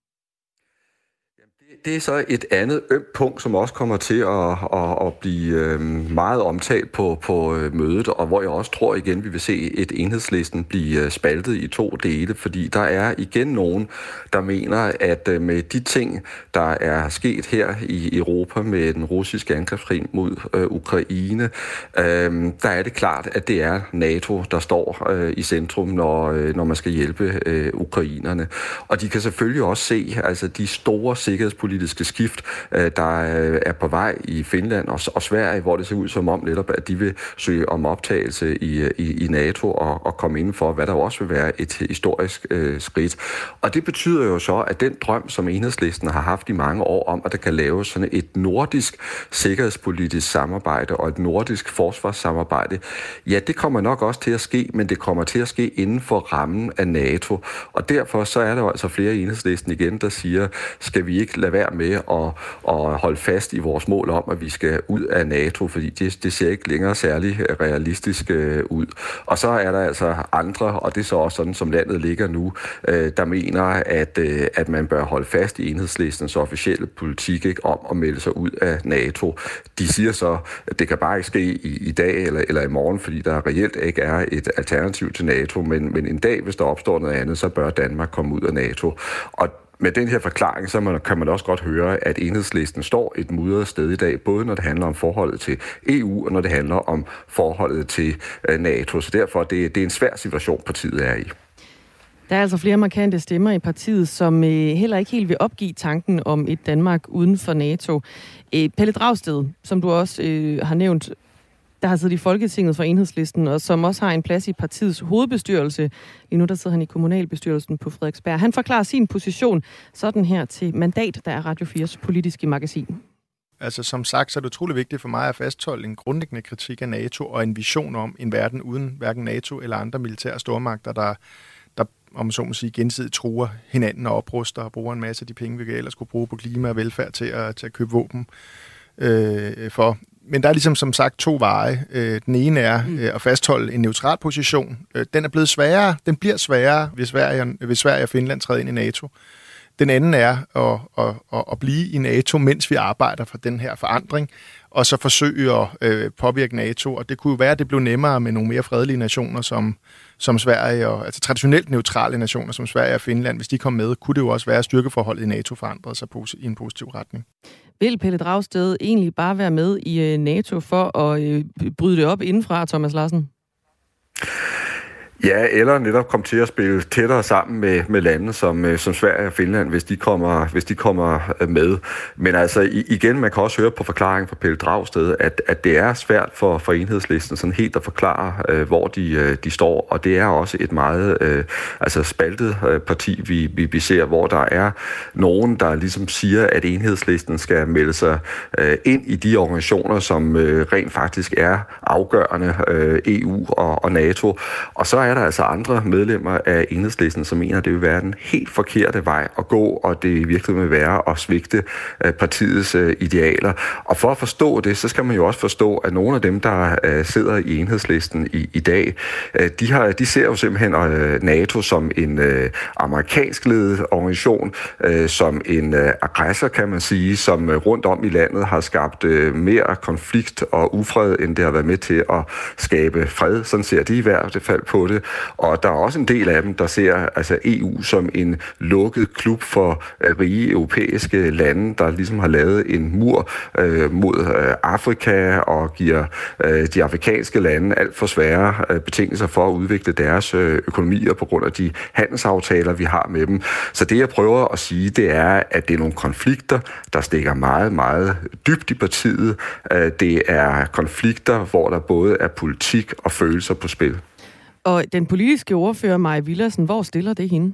Det er så et andet ømt punkt, som også kommer til at blive meget omtalt på mødet, og hvor jeg også tror igen, vi vil se et Enhedslisten blive spaltet i to dele, fordi der er igen nogen, der mener, at med de ting, der er sket her i Europa med den russiske angrebskrig mod Ukraine, der er det klart, at det er NATO, der står i centrum, når man skal hjælpe ukrainerne. Og de kan selvfølgelig også se altså de store sikkerhedspolitiske skift, der er på vej i Finland og Sverige, hvor det ser ud som om netop, at de vil søge om optagelse i NATO og komme inden for, hvad der også vil være et historisk skridt. Og det betyder jo så, at den drøm, som Enhedslisten har haft i mange år om, at der kan laves sådan et nordisk sikkerhedspolitisk samarbejde og et nordisk forsvarssamarbejde, ja, det kommer nok også til at ske, men det kommer til at ske inden for rammen af NATO. Og derfor så er der jo altså flere i Enhedslisten igen, der siger, skal vi ikke lade være med at holde fast i vores mål om, at vi skal ud af NATO, fordi det ser ikke længere særlig realistisk ud. Og så er der altså andre, og det er så også sådan, som landet ligger nu, der mener, at man bør holde fast i Enhedslistens officielle politik, ikke, om at melde sig ud af NATO. De siger så, at det kan bare ikke ske i dag eller i morgen, fordi der reelt ikke er et alternativ til NATO, men en dag, hvis der opstår noget andet, så bør Danmark komme ud af NATO. Og med den her forklaring, så kan man også godt høre, at Enhedslisten står et mudret sted i dag, både når det handler om forholdet til EU, og når det handler om forholdet til NATO. Så derfor det er en svær situation, partiet er i. Der er altså flere markante stemmer i partiet, som heller ikke helt vil opgive tanken om et Danmark uden for NATO. Pelle Dragsted, som du også har nævnt, der har siddet i Folketinget for Enhedslisten, og som også har en plads i partiets hovedbestyrelse. Lige nu der sidder han i kommunalbestyrelsen på Frederiksberg. Han forklarer sin position sådan her til Mandat, der er Radio 4's politiske magasin. Altså som sagt, så er det utrolig vigtigt for mig at fastholde en grundlæggende kritik af NATO og en vision om en verden uden hverken NATO eller andre militære stormagter, der om så må sige, gensidigt truer hinanden og opruster og bruger en masse af de penge, vi ellers skulle bruge på klima og velfærd til at købe våben for. Men der er ligesom som sagt to veje. Den ene er at fastholde en neutral position. Den er blevet sværere. Den bliver sværere, hvis Sverige og Finland træder ind i NATO. Den anden er at blive i NATO, mens vi arbejder for den her forandring, og så forsøge at påvirke NATO. Og det kunne jo være, at det blev nemmere med nogle mere fredelige nationer som Sverige, og altså traditionelt neutrale nationer som Sverige og Finland. Hvis de kom med, kunne det jo også være, at styrkeforholdet i NATO forandrede sig i en positiv retning. Vil Pelle Dragsted egentlig bare være med i NATO for at bryde det op indenfra, Thomas Larsen? Ja, eller netop komme til at spille tættere sammen med lande som Sverige og Finland, hvis de kommer med. Men altså igen, man kan også høre på forklaringen fra Pelle Dragsted, at det er svært for Enhedslisten sådan helt at forklare, hvor de står, og det er også et meget spaltet parti, vi ser, hvor der er nogen, der ligesom siger, at Enhedslisten skal melde sig ind i de organisationer, som rent faktisk er afgørende, EU og NATO, og så er der altså andre medlemmer af Enhedslisten, som mener, at det vil være den helt forkerte vej at gå, og det virkelig vil være at svigte partiets idealer. Og for at forstå det, så skal man jo også forstå, at nogle af dem, der sidder i Enhedslisten i dag, de ser jo simpelthen NATO som en amerikansk ledet organisation, som en aggressor, kan man sige, som rundt om i landet har skabt mere konflikt og ufred, end det har været med til at skabe fred. Sådan ser de i hvert fald på det. Og der er også en del af dem, der ser altså EU som en lukket klub for rige europæiske lande, der ligesom har lavet en mur mod Afrika og giver de afrikanske lande alt for svære betingelser for at udvikle deres økonomier på grund af de handelsaftaler, vi har med dem. Så det, jeg prøver at sige, det er, at det er nogle konflikter, der stikker meget, meget dybt i partiet. Det er konflikter, hvor der både er politik og følelser på spil. Og den politiske ordfører, Maja Villadsen, hvor stiller det hende?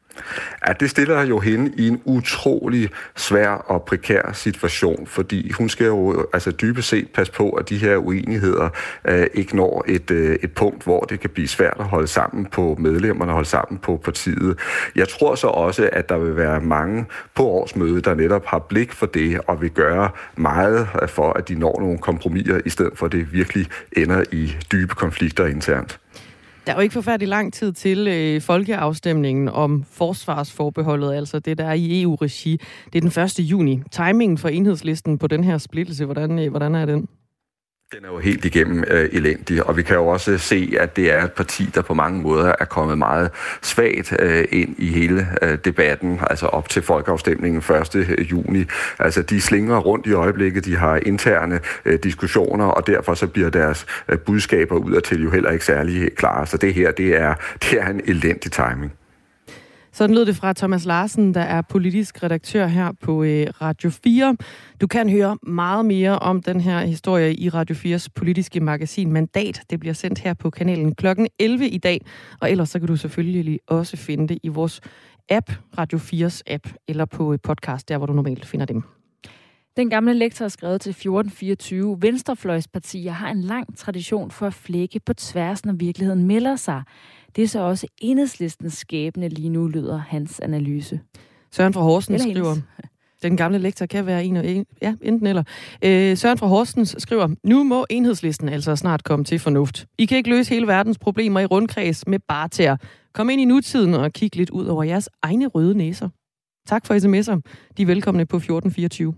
Ja, det stiller jo hende i en utrolig svær og prekær situation, fordi hun skal jo altså dybest set passe på, at de her uenigheder ikke når et punkt, hvor det kan blive svært at holde sammen på medlemmerne, holde sammen på partiet. Jeg tror så også, at der vil være mange på årsmødet, der netop har blik for det og vil gøre meget for, at de når nogle kompromiser, i stedet for at det virkelig ender i dybe konflikter internt. Der er jo ikke forfærdelig lang tid til folkeafstemningen om forsvarsforbeholdet, altså det, der er i EU-regi. Det er den 1. juni. Timingen for Enhedslisten på den her splittelse, hvordan er den? Den er jo helt igennem elendig, og vi kan jo også se, at det er et parti, der på mange måder er kommet meget svagt ind i hele debatten, altså op til folkeafstemningen 1. juni. Altså de slingrer rundt i øjeblikket, de har interne diskussioner, og derfor så bliver deres budskaber udadtil jo heller ikke særlig klare. Så det her, det er en elendig timing. Sådan lød det fra Thomas Larsen, der er politisk redaktør her på Radio 4. Du kan høre meget mere om den her historie i Radio 4's politiske magasin Mandat. Det bliver sendt her på kanalen klokken 11 i dag. Og ellers så kan du selvfølgelig også finde det i vores app, Radio 4's app, eller på podcast, der hvor du normalt finder dem. Den gamle lektor har skrevet til 1424. Venstrefløjspartier har en lang tradition for at flække på tværs, når virkeligheden melder sig. Det er så også Enhedslistens skæbne lige nu, lyder hans analyse. Søren fra Horsens skriver, den gamle lektor kan være enten eller. Søren fra Horsens skriver, nu må Enhedslisten altså snart komme til fornuft. I kan ikke løse hele verdens problemer i rundkreds med bare til at komme ind i nutiden og kigge lidt ud over jeres egne røde næser. Tak for sms'er. De er velkomne på 1424.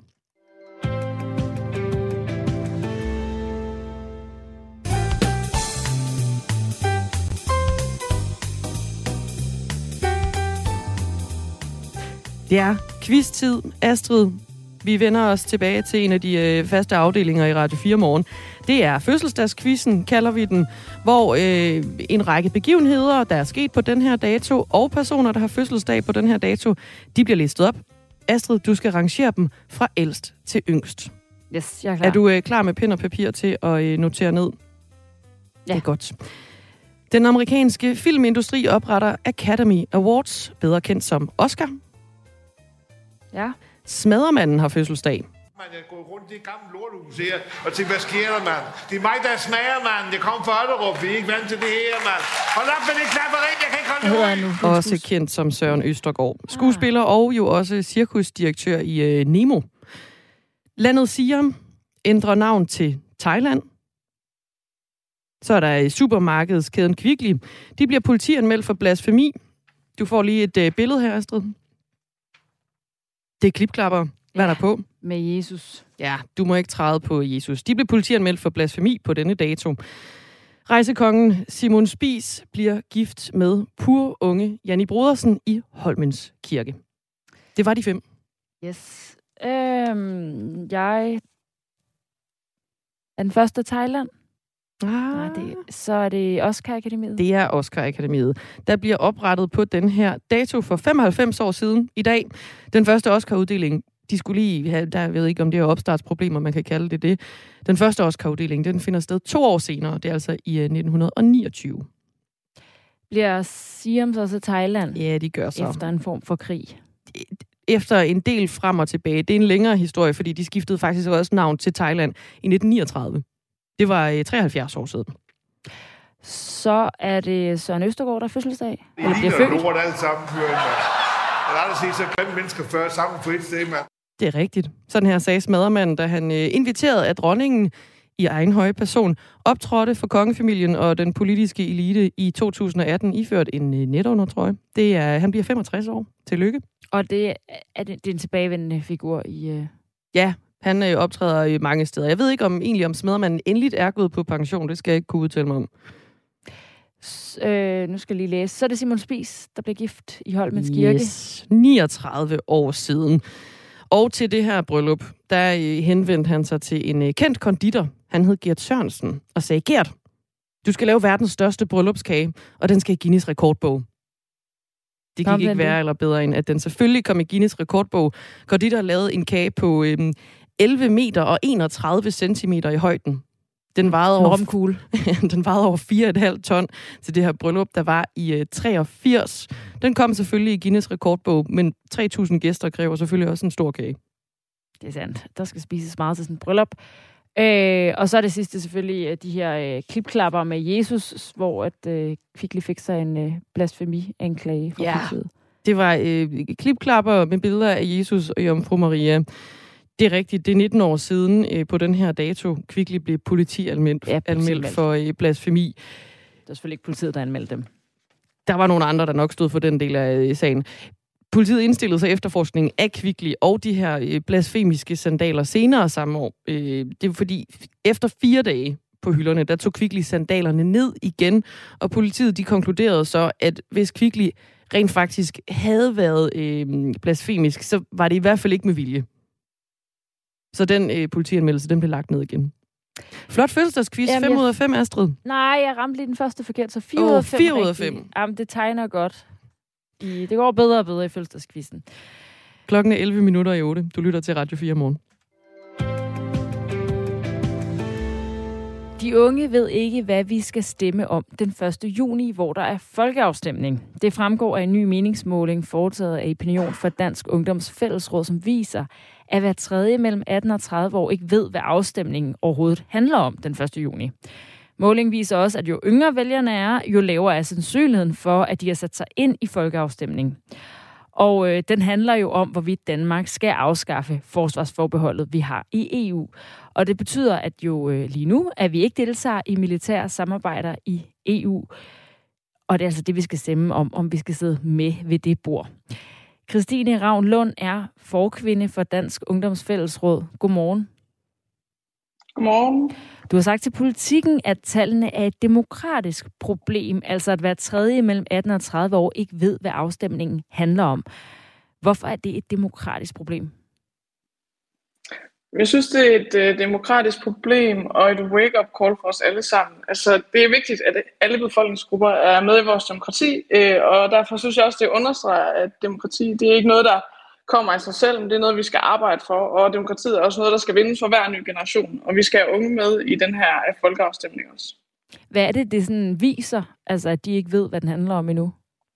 Det er quiz-tid. Astrid, vi vender os tilbage til en af de faste afdelinger i Radio 4 morgen. Det er fødselsdagskvizzen, kalder vi den, hvor en række begivenheder, der er sket på den her dato, og personer, der har fødselsdag på den her dato, de bliver listet op. Astrid, du skal rangere dem fra ældst til yngst. Yes, jeg er klar. Er du klar med pen og papir til at notere ned? Ja. Det er godt. Den amerikanske filmindustri opretter Academy Awards, bedre kendt som Oscar. Ja. Smaddermanden har fødselsdag. Jeg går rundt i det gamle lortehus her og tænker, hvad sker der, mand? Det er mig, der er smager, mand. Jeg kom fra Otterup. Vi er ikke vant til det her, mand. Hold op med det klapperi, jeg kan ikke holde det ud. Også kendt som Søren Østergaard. Skuespiller og jo også cirkusdirektør i Nemo. Landet Siam ændrer navn til Thailand. Så er der i supermarkedskæden Kvickly. De bliver politianmeldt for blasfemi. Du får lige et billede her, Astrid. Det er klipklapper. Hvad er der på? Med Jesus. Ja, du må ikke træde på Jesus. De blev politianmeldt for blasfemi på denne dato. Rejsekongen Simon Spies bliver gift med pur unge Janni Brodersen i Holmens Kirke. Det var de 5. Yes. Jeg er den første Thailand. Nej, så er det Oscar-akademiet. Det er Oscar-akademiet. Der bliver oprettet på den her dato for 95 år siden i dag. Den første Oscar-uddeling, de skulle lige have, der ved ikke, om det er opstartsproblemer, man kan kalde det. Den første Oscar-uddeling, den finder sted 2 år senere. Det er altså i 1929. Bliver Siam så til Thailand? Ja, de gør så. Efter en form for krig? Efter en del frem og tilbage. Det er en længere historie, fordi de skiftede faktisk også navn til Thailand i 1939. Det var 73 år siden. Så er det Søren Østergaard, der er fødselsdag? Eller bliver født? Det er lort alt sammen, mand. Jeg har aldrig set så grimme mennesker før sammen på et sted, mand. Det er rigtigt. Sådan her sagde smaddermanden, da han inviterede, at dronningen i egen høje person optrådte for kongefamilien og den politiske elite i 2018 iført en netundertrøje. Han bliver 65 år. Tillykke. Og det er en tilbagevendende figur i... Ja, han optræder mange steder. Jeg ved ikke om smaddermanden endeligt er gået på pension. Det skal jeg ikke kunne udtale mig om. Nu skal jeg lige læse. Så er det Simon Spies, der blev gift i Holmens Kirke. Yes, 39 år siden. Og til det her bryllup, der henvendte han sig til en kendt konditor. Han hed Gert Sørensen og sagde, Gert, du skal lave verdens største bryllupskage, og den skal i Guinness rekordbog. Det gik ikke værre eller bedre end, at den selvfølgelig kom i Guinness rekordbog. Konditor lavede en kage på 11 meter og 31 centimeter i højden. Den vejede over 4,5 ton til det her bryllup, der var i 83. Den kom selvfølgelig i Guinness rekordbog, men 3.000 gæster kræver selvfølgelig også en stor kage. Det er sandt. Der skal spises meget til sådan et bryllup. Og så er det sidste selvfølgelig de her klipklapper med Jesus, hvor at Kvickly fik sig en blasfemi-anklage fra politiet. Det var klipklapper med billeder af Jesus og Jomfru Maria. Det er rigtigt. Det er 19 år siden på den her dato. Kvickly blev anmeldt for blasfemi. Det er selvfølgelig ikke politiet, der anmeldte dem. Der var nogle andre, der nok stod for den del af sagen. Politiet indstillede sig efterforskningen af Kvickly og de her blasfemiske sandaler senere samme år. Det er fordi, efter 4 dage på hylderne, der tog Kvickly sandalerne ned igen, og politiet de konkluderede så, at hvis Kvickly rent faktisk havde været blasfemisk, så var det i hvert fald ikke med vilje. Så den politianmeldelse, den blev lagt ned igen. Flot fødselsdagsquiz. 5 ud af 5, Astrid. Nej, jeg ramte lige den første forkert, så 4 ud af 5. 4 ud af 5. Jamen, det tegner godt. Det går bedre og bedre i fødselsdagskvisten. Klokken er 11 minutter i 8. Du lytter til Radio 4 morgen. De unge ved ikke, hvad vi skal stemme om den 1. juni, hvor der er folkeafstemning. Det fremgår af en ny meningsmåling foretaget af Opinion for Dansk Ungdoms Fællesråd, som viser, at hver tredje mellem 18 og 30 år ikke ved, hvad afstemningen overhovedet handler om den 1. juni. Målingen viser også, at jo yngre vælgerne er, jo lavere er sandsynligheden for, at de har sat sig ind i folkeafstemningen. Og den handler jo om, hvorvidt Danmark skal afskaffe forsvarsforbeholdet, vi har i EU. Og det betyder, at jo lige nu, at vi ikke deltager i militære samarbejder i EU. Og det er altså det, vi skal stemme om vi skal sidde med ved det bord. Christine Ravn Lund er forkvinde for Dansk Ungdoms Fællesråd. Godmorgen. Godmorgen. Du har sagt til Politikken, at tallene er et demokratisk problem, altså at hver tredje mellem 18 og 30 år ikke ved, hvad afstemningen handler om. Hvorfor er det et demokratisk problem? Jeg synes, det er et demokratisk problem og et wake-up call for os alle sammen. Altså, det er vigtigt, at alle befolkningsgrupper er med i vores demokrati, og derfor synes jeg også, det understreger, at demokrati, det er ikke noget, der kommer af sig selv, men det er noget, vi skal arbejde for, og demokratiet er også noget, der skal vindes for hver ny generation, og vi skal have unge med i den her folkeafstemning også. Hvad er det sådan viser, altså at de ikke ved, hvad den handler om endnu?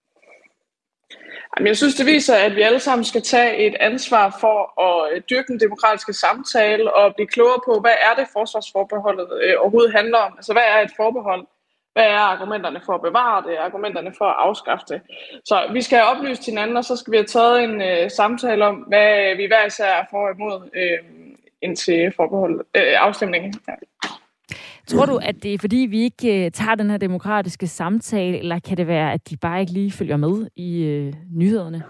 Jeg synes, det viser, at vi alle sammen skal tage et ansvar for at dyrke den demokratiske samtale og blive klogere på, hvad er det forsvarsforbeholdet overhovedet handler om? Altså, hvad er et forbehold? Hvad er argumenterne for at bevare det? Argumenterne for at afskaffe det? Så vi skal have oplyst hinanden, og så skal vi have taget en samtale om, hvad vi hver især er for og imod indtil afstemningen. Ja. Tror du, at det er fordi, vi ikke tager den her demokratiske samtale, eller kan det være, at de bare ikke lige følger med i nyhederne?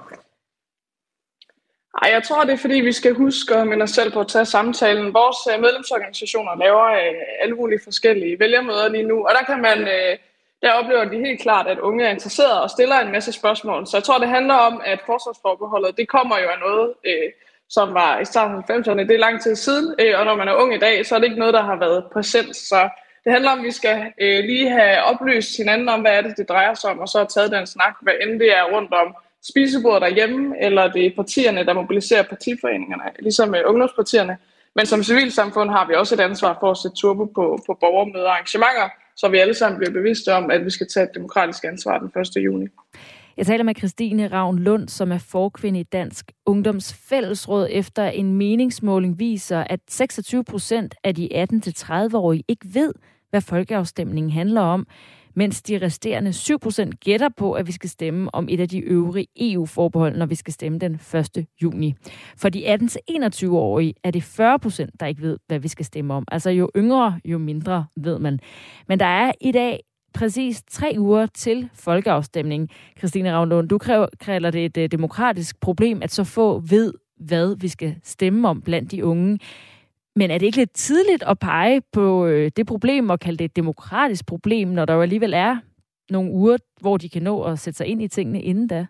Ej, jeg tror, det er fordi, vi skal huske at minde os selv på at tage samtalen. Vores medlemsorganisationer laver alle mulige forskellige vælgermøder lige nu, og der oplever de helt klart, at unge er interesserede og stiller en masse spørgsmål. Så jeg tror, det handler om, at forsvarsforbeholdet, det kommer jo af noget, som var i starten af 90'erne. Det er lang tid siden, og når man er ung i dag, så er det ikke noget, der har været præsent. Så det handler om, at vi skal lige have oplyst hinanden om, hvad er det drejer sig om, og så have taget den snak, hvad end det er rundt om spisebordet derhjemme, eller det er partierne, der mobiliserer partiforeningerne, ligesom ungdomspartierne. Men som civilsamfund har vi også et ansvar for at sætte turbo på borgermøder og arrangementer, så vi alle sammen bliver bevidste om, at vi skal tage et demokratisk ansvar den 1. juni. Jeg taler med Christine Ravn Lund, som er forkvinde i Dansk Ungdoms Fællesråd, efter en meningsmåling viser, at 26% af de 18-30-årige ikke ved, hvad folkeafstemningen handler om, mens de resterende 7% gætter på, at vi skal stemme om et af de øvrige EU-forbehold, når vi skal stemme den 1. juni. For de 18-21-årige er det 40%, der ikke ved, hvad vi skal stemme om. Altså jo yngre, jo mindre ved man. Men der er i dag præcis 3 uger til folkeafstemningen. Christine Ravn Lund, du kalder det et demokratisk problem, at så få ved, hvad vi skal stemme om blandt de unge. Men er det ikke lidt tidligt at pege på det problem og kalde det et demokratisk problem, når der jo alligevel er nogle uger, hvor de kan nå at sætte sig ind i tingene inden da?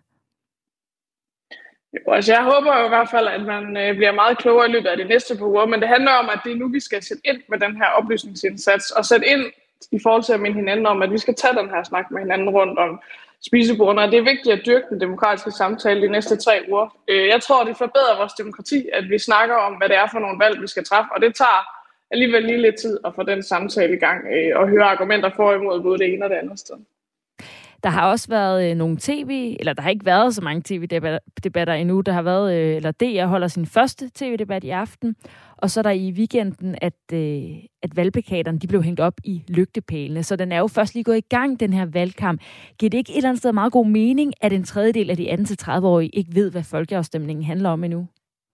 Jo, altså jeg håber jo i hvert fald, at man bliver meget klogere i løbet af de næste par uger, men det handler om, at det er nu, vi skal sætte ind med den her oplysningsindsats, og sætte ind i forhold til at minde hinanden om, at vi skal tage den her snak med hinanden rundt om spisebordene. Og det er vigtigt at dyrke den demokratiske samtale de næste 3 uger. Jeg tror, det forbedrer vores demokrati, at vi snakker om, hvad det er for nogle valg, vi skal træffe. Og det tager alligevel lige lidt tid at få den samtale i gang og høre argumenter for og imod både det ene og det andet sted. Der har også været nogle der har ikke været så mange tv-debatter endnu. Der har været, eller DR holder sin første tv-debat i aften, og så er der i weekenden, at valgplakaterne de blev hængt op i lygtepælene. Så den er jo først lige gået i gang, den her valgkamp. Giver det ikke et eller andet sted meget god mening, at en tredjedel af de 18-30-årige ikke ved, hvad folkeafstemningen handler om endnu?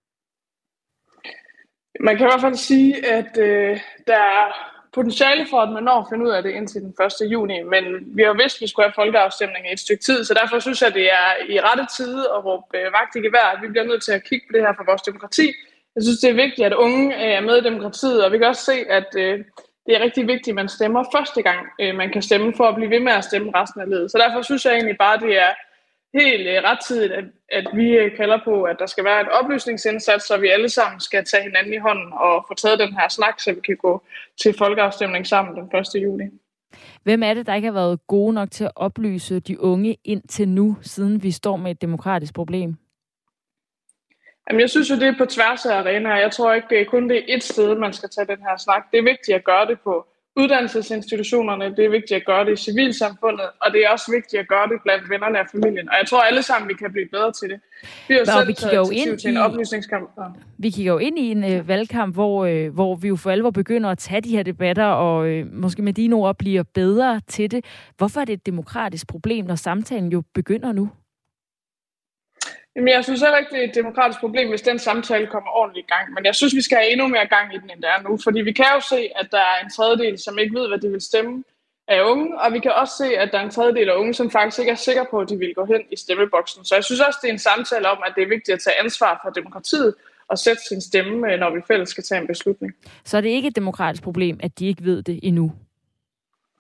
Man kan i hvert fald sige, at der er potentiale for, at man når at finde ud af det indtil den 1. juni, men vi har vidst, at vi skulle have folkeafstemning i et stykke tid, så derfor synes jeg, det er i rette tid at råbe vagt i gevær, at vi bliver nødt til at kigge på det her for vores demokrati. Jeg synes, det er vigtigt, at unge er med i demokratiet, og vi kan også se, at det er rigtig vigtigt, at man stemmer første gang, man kan stemme for at blive ved med at stemme resten af livet. Så derfor synes jeg egentlig bare, det er helt rettidigt, at vi kalder på, at der skal være et oplysningsindsats, så vi alle sammen skal tage hinanden i hånden og få taget den her snak, så vi kan gå til folkeafstemning sammen den 1. juli. Hvem er det, der ikke har været gode nok til at oplyse de unge indtil nu, siden vi står med et demokratisk problem? Jamen, jeg synes jo, det er på tværs af arenaer. Jeg tror ikke, det er kun det et sted, man skal tage den her snak. Det er vigtigt at gøre det på uddannelsesinstitutionerne, det er vigtigt at gøre det i civilsamfundet, og det er også vigtigt at gøre det blandt vennerne og familien. Og jeg tror alle sammen, vi kan blive bedre til det. Vi har selv taget initiativ til en oplysningskamp. Vi kigger jo ind i en valgkamp, hvor vi jo for alvor begynder at tage de her debatter, og måske med dine ord bliver bedre til det. Hvorfor er det et demokratisk problem, når samtalen jo begynder nu? Jamen, jeg synes heller ikke, det er et demokratisk problem, hvis den samtale kommer ordentligt i gang. Men jeg synes, vi skal have endnu mere gang i den, end der er nu. Fordi vi kan jo se, at der er en tredjedel, som ikke ved, hvad de vil stemme af unge. Og vi kan også se, at der er en tredjedel af unge, som faktisk ikke er sikre på, at de vil gå hen i stemmeboksen. Så jeg synes også, det er en samtale om, at det er vigtigt at tage ansvar for demokratiet og sætte sin stemme, når vi fælles skal tage en beslutning. Så er det ikke et demokratisk problem, at de ikke ved det endnu?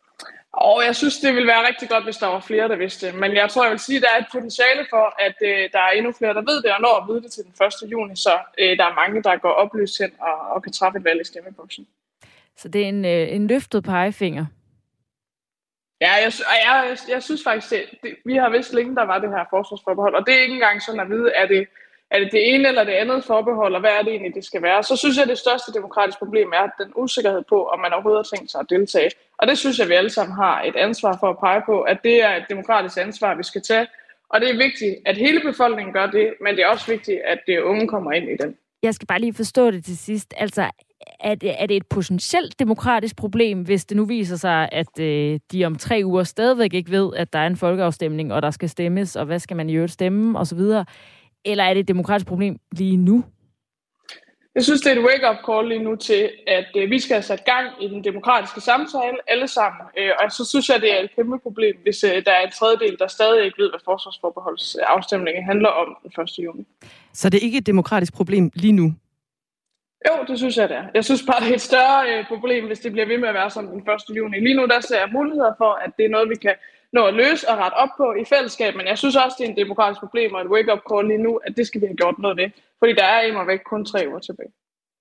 Og jeg synes, det ville være rigtig godt, hvis der var flere, der vidste det. Men jeg tror, jeg vil sige, at der er et potentiale for, at der er endnu flere, der ved det, og når at vide det til den 1. juni, så der er mange, der går oplyst hen og kan træffe et valg i stemmeboksen. Så det er en løftet pegefinger? Ja, jeg synes faktisk, vi har vidst længe, der var det her forsvarsforbehold, og det er ikke engang sådan at vide, er det ene eller det andet forbehold, og hvad er det egentlig, det skal være. Så synes jeg, at det største demokratiske problem er den usikkerhed på, om man overhovedet har tænkt sig at deltage. Og det synes jeg, vi alle sammen har et ansvar for at pege på, at det er et demokratisk ansvar, vi skal tage. Og det er vigtigt, at hele befolkningen gør det, men det er også vigtigt, at det unge kommer ind i den. Jeg skal bare lige forstå det til sidst. Altså, er det et potentielt demokratisk problem, hvis det nu viser sig, at de om 3 uger stadigvæk ikke ved, at der er en folkeafstemning, og der skal stemmes, og hvad skal man i øvrigt stemme, osv.? Eller er det et demokratisk problem lige nu? Jeg synes, det er et wake-up call lige nu til, at vi skal have sat gang i den demokratiske samtale alle sammen. Og så synes jeg, det er et kæmpe problem, hvis der er en tredjedel, der stadig ikke ved, hvad forsvarsforbeholdsafstemningen handler om den 1. juni. Så det er ikke et demokratisk problem lige nu? Jo, det synes jeg, det er. Jeg synes bare, det er et større problem, hvis det bliver ved med at være sådan den 1. juni. Lige nu der ser jeg muligheder for, at det er noget, vi kan nå at løse og rette op på i fællesskab, men jeg synes også, det er en demokratisk problem og et wake-up call lige nu, at det skal vi have gjort noget ved, fordi der er imod væk kun 3 uger tilbage.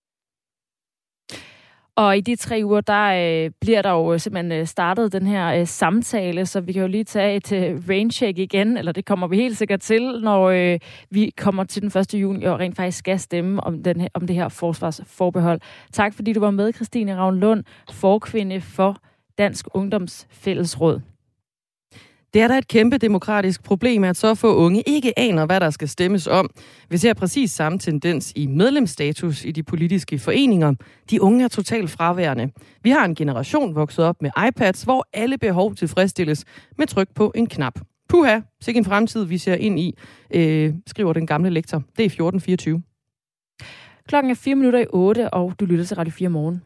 Og i de 3 uger, der bliver der jo simpelthen startet den her samtale, så vi kan jo lige tage et raincheck igen, eller det kommer vi helt sikkert til, når vi kommer til den 1. juni og rent faktisk skal stemme om det her forsvarsforbehold. Tak fordi du var med, Christine Ravnlund, forkvinde for Dansk Ungdoms Fællesråd. Det er da et kæmpe demokratisk problem, at så få unge ikke aner, hvad der skal stemmes om. Vi ser præcis samme tendens i medlemsstatus i de politiske foreninger. De unge er totalt fraværende. Vi har en generation vokset op med iPads, hvor alle behov tilfredsstilles med tryk på en knap. Puha, sikke en fremtid, vi ser ind i, skriver den gamle lektor. Det er 14.24. Klokken er 7:04, og du lytter til Radio 4 Morgen.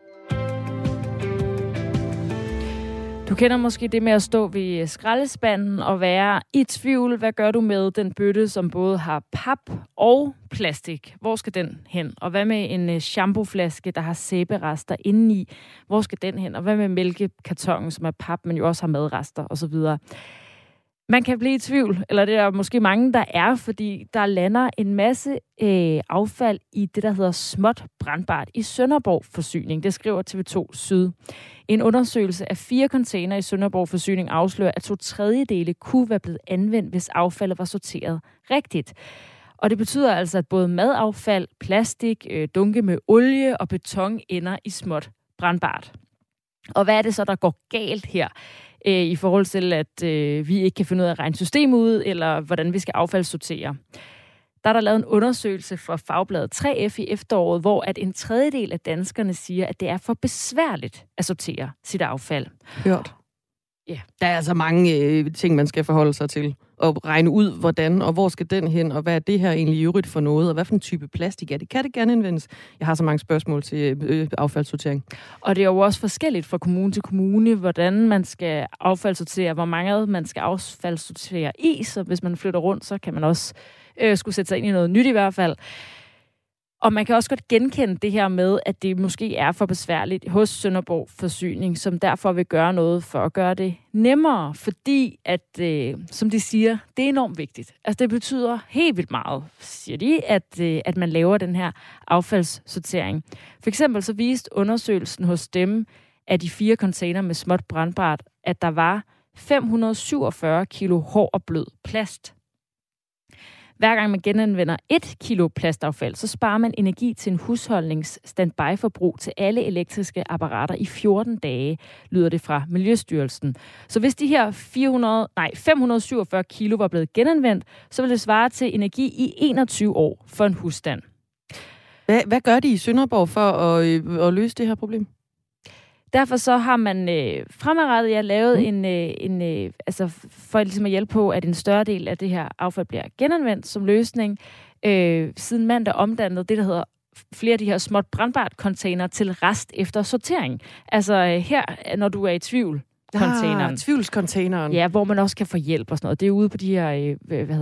Du kender måske det med at stå ved skraldespanden og være i tvivl. Hvad gør du med den bøtte, som både har pap og plastik? Hvor skal den hen? Og hvad med en shampooflaske, der har sæberester indeni? Hvor skal den hen? Og hvad med mælkekartonen, som er pap, men jo også har madrester osv.? Man kan blive i tvivl, eller det er måske mange, der er, fordi der lander en masse affald i det, der hedder småt brandbart i Sønderborg Forsyning. Det skriver TV2 Syd. En undersøgelse af 4 container i Sønderborg Forsyning afslører, at 2/3 kunne være blevet anvendt, hvis affaldet var sorteret rigtigt. Og det betyder altså, at både madaffald, plastik, dunke med olie og beton ender i småt brandbart. Og hvad er det så, der går galt her? I forhold til, at vi ikke kan finde ud af at regne systemet ud, eller hvordan vi skal affaldssortere. Der er der lavet en undersøgelse fra fagbladet 3F i efteråret, hvor at 1/3 af danskerne siger, at det er for besværligt at sortere sit affald. Hørt. Ja, der er altså mange ting, man skal forholde sig til. Og regne ud, hvordan og hvor skal den hen, og hvad er det her egentlig i øvrigt for noget, og hvad for en type plastik er det? Kan det gerne anvendes? Jeg har så mange spørgsmål til affaldssortering. Og det er jo også forskelligt fra kommune til kommune, hvordan man skal affaldssortere, hvor mange man skal affaldssortere i, så hvis man flytter rundt, så kan man også skulle sætte sig ind i noget nyt i hvert fald. Og man kan også godt genkende det her med, at det måske er for besværligt hos Sønderborg Forsyning, som derfor vil gøre noget for at gøre det nemmere, fordi at, som de siger, det er enormt vigtigt. Altså det betyder helt vildt meget, siger de, at man laver den her affaldssortering. For eksempel så viste undersøgelsen hos dem af de 4 container med småt brandbart, at der var 547 kilo hård og blød plast. Hver gang man genanvender 1 kilo plastaffald, så sparer man energi til en husholdnings standby-forbrug til alle elektriske apparater i 14 dage, lyder det fra Miljøstyrelsen. Så hvis de her 547 kilo var blevet genanvendt, så ville det svare til energi i 21 år for en husstand. Hvad gør de i Sønderborg for at løse det her problem? Derfor så har man fremadrettet lavet altså for ligesom at hjælpe på, at en større del af det her affald bliver genanvendt som løsning. Siden mandag omdannet det, der hedder flere af de her småt brandbart container til rest efter sortering. Altså her, når du er i tvivl, containeren. Tvivlscontaineren. Ja, hvor man også kan få hjælp og sådan noget. Det er ude på de her,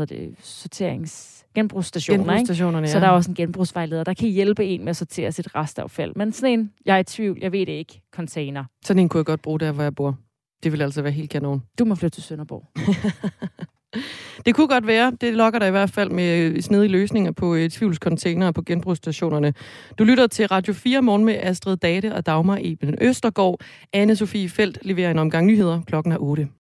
genbrugsstationer, ja. Så der er også en genbrugsvejleder, der kan hjælpe en med at sortere sit restaffald. Men sådan en, jeg er i tvivl, jeg ved det ikke, container. Sådan en kunne jeg godt bruge der, hvor jeg bor. Det vil altså være helt kanon. Du må flytte til Sønderborg. Det kunne godt være. Det lokker der i hvert fald med snedige løsninger på tvivlscontainere på genbrugsstationerne. Du lytter til Radio 4 morgen med Astrid Date og Dagmar Eben Østergaard. Anne-Sophie Felt leverer en omgang nyheder. Klokken er 8.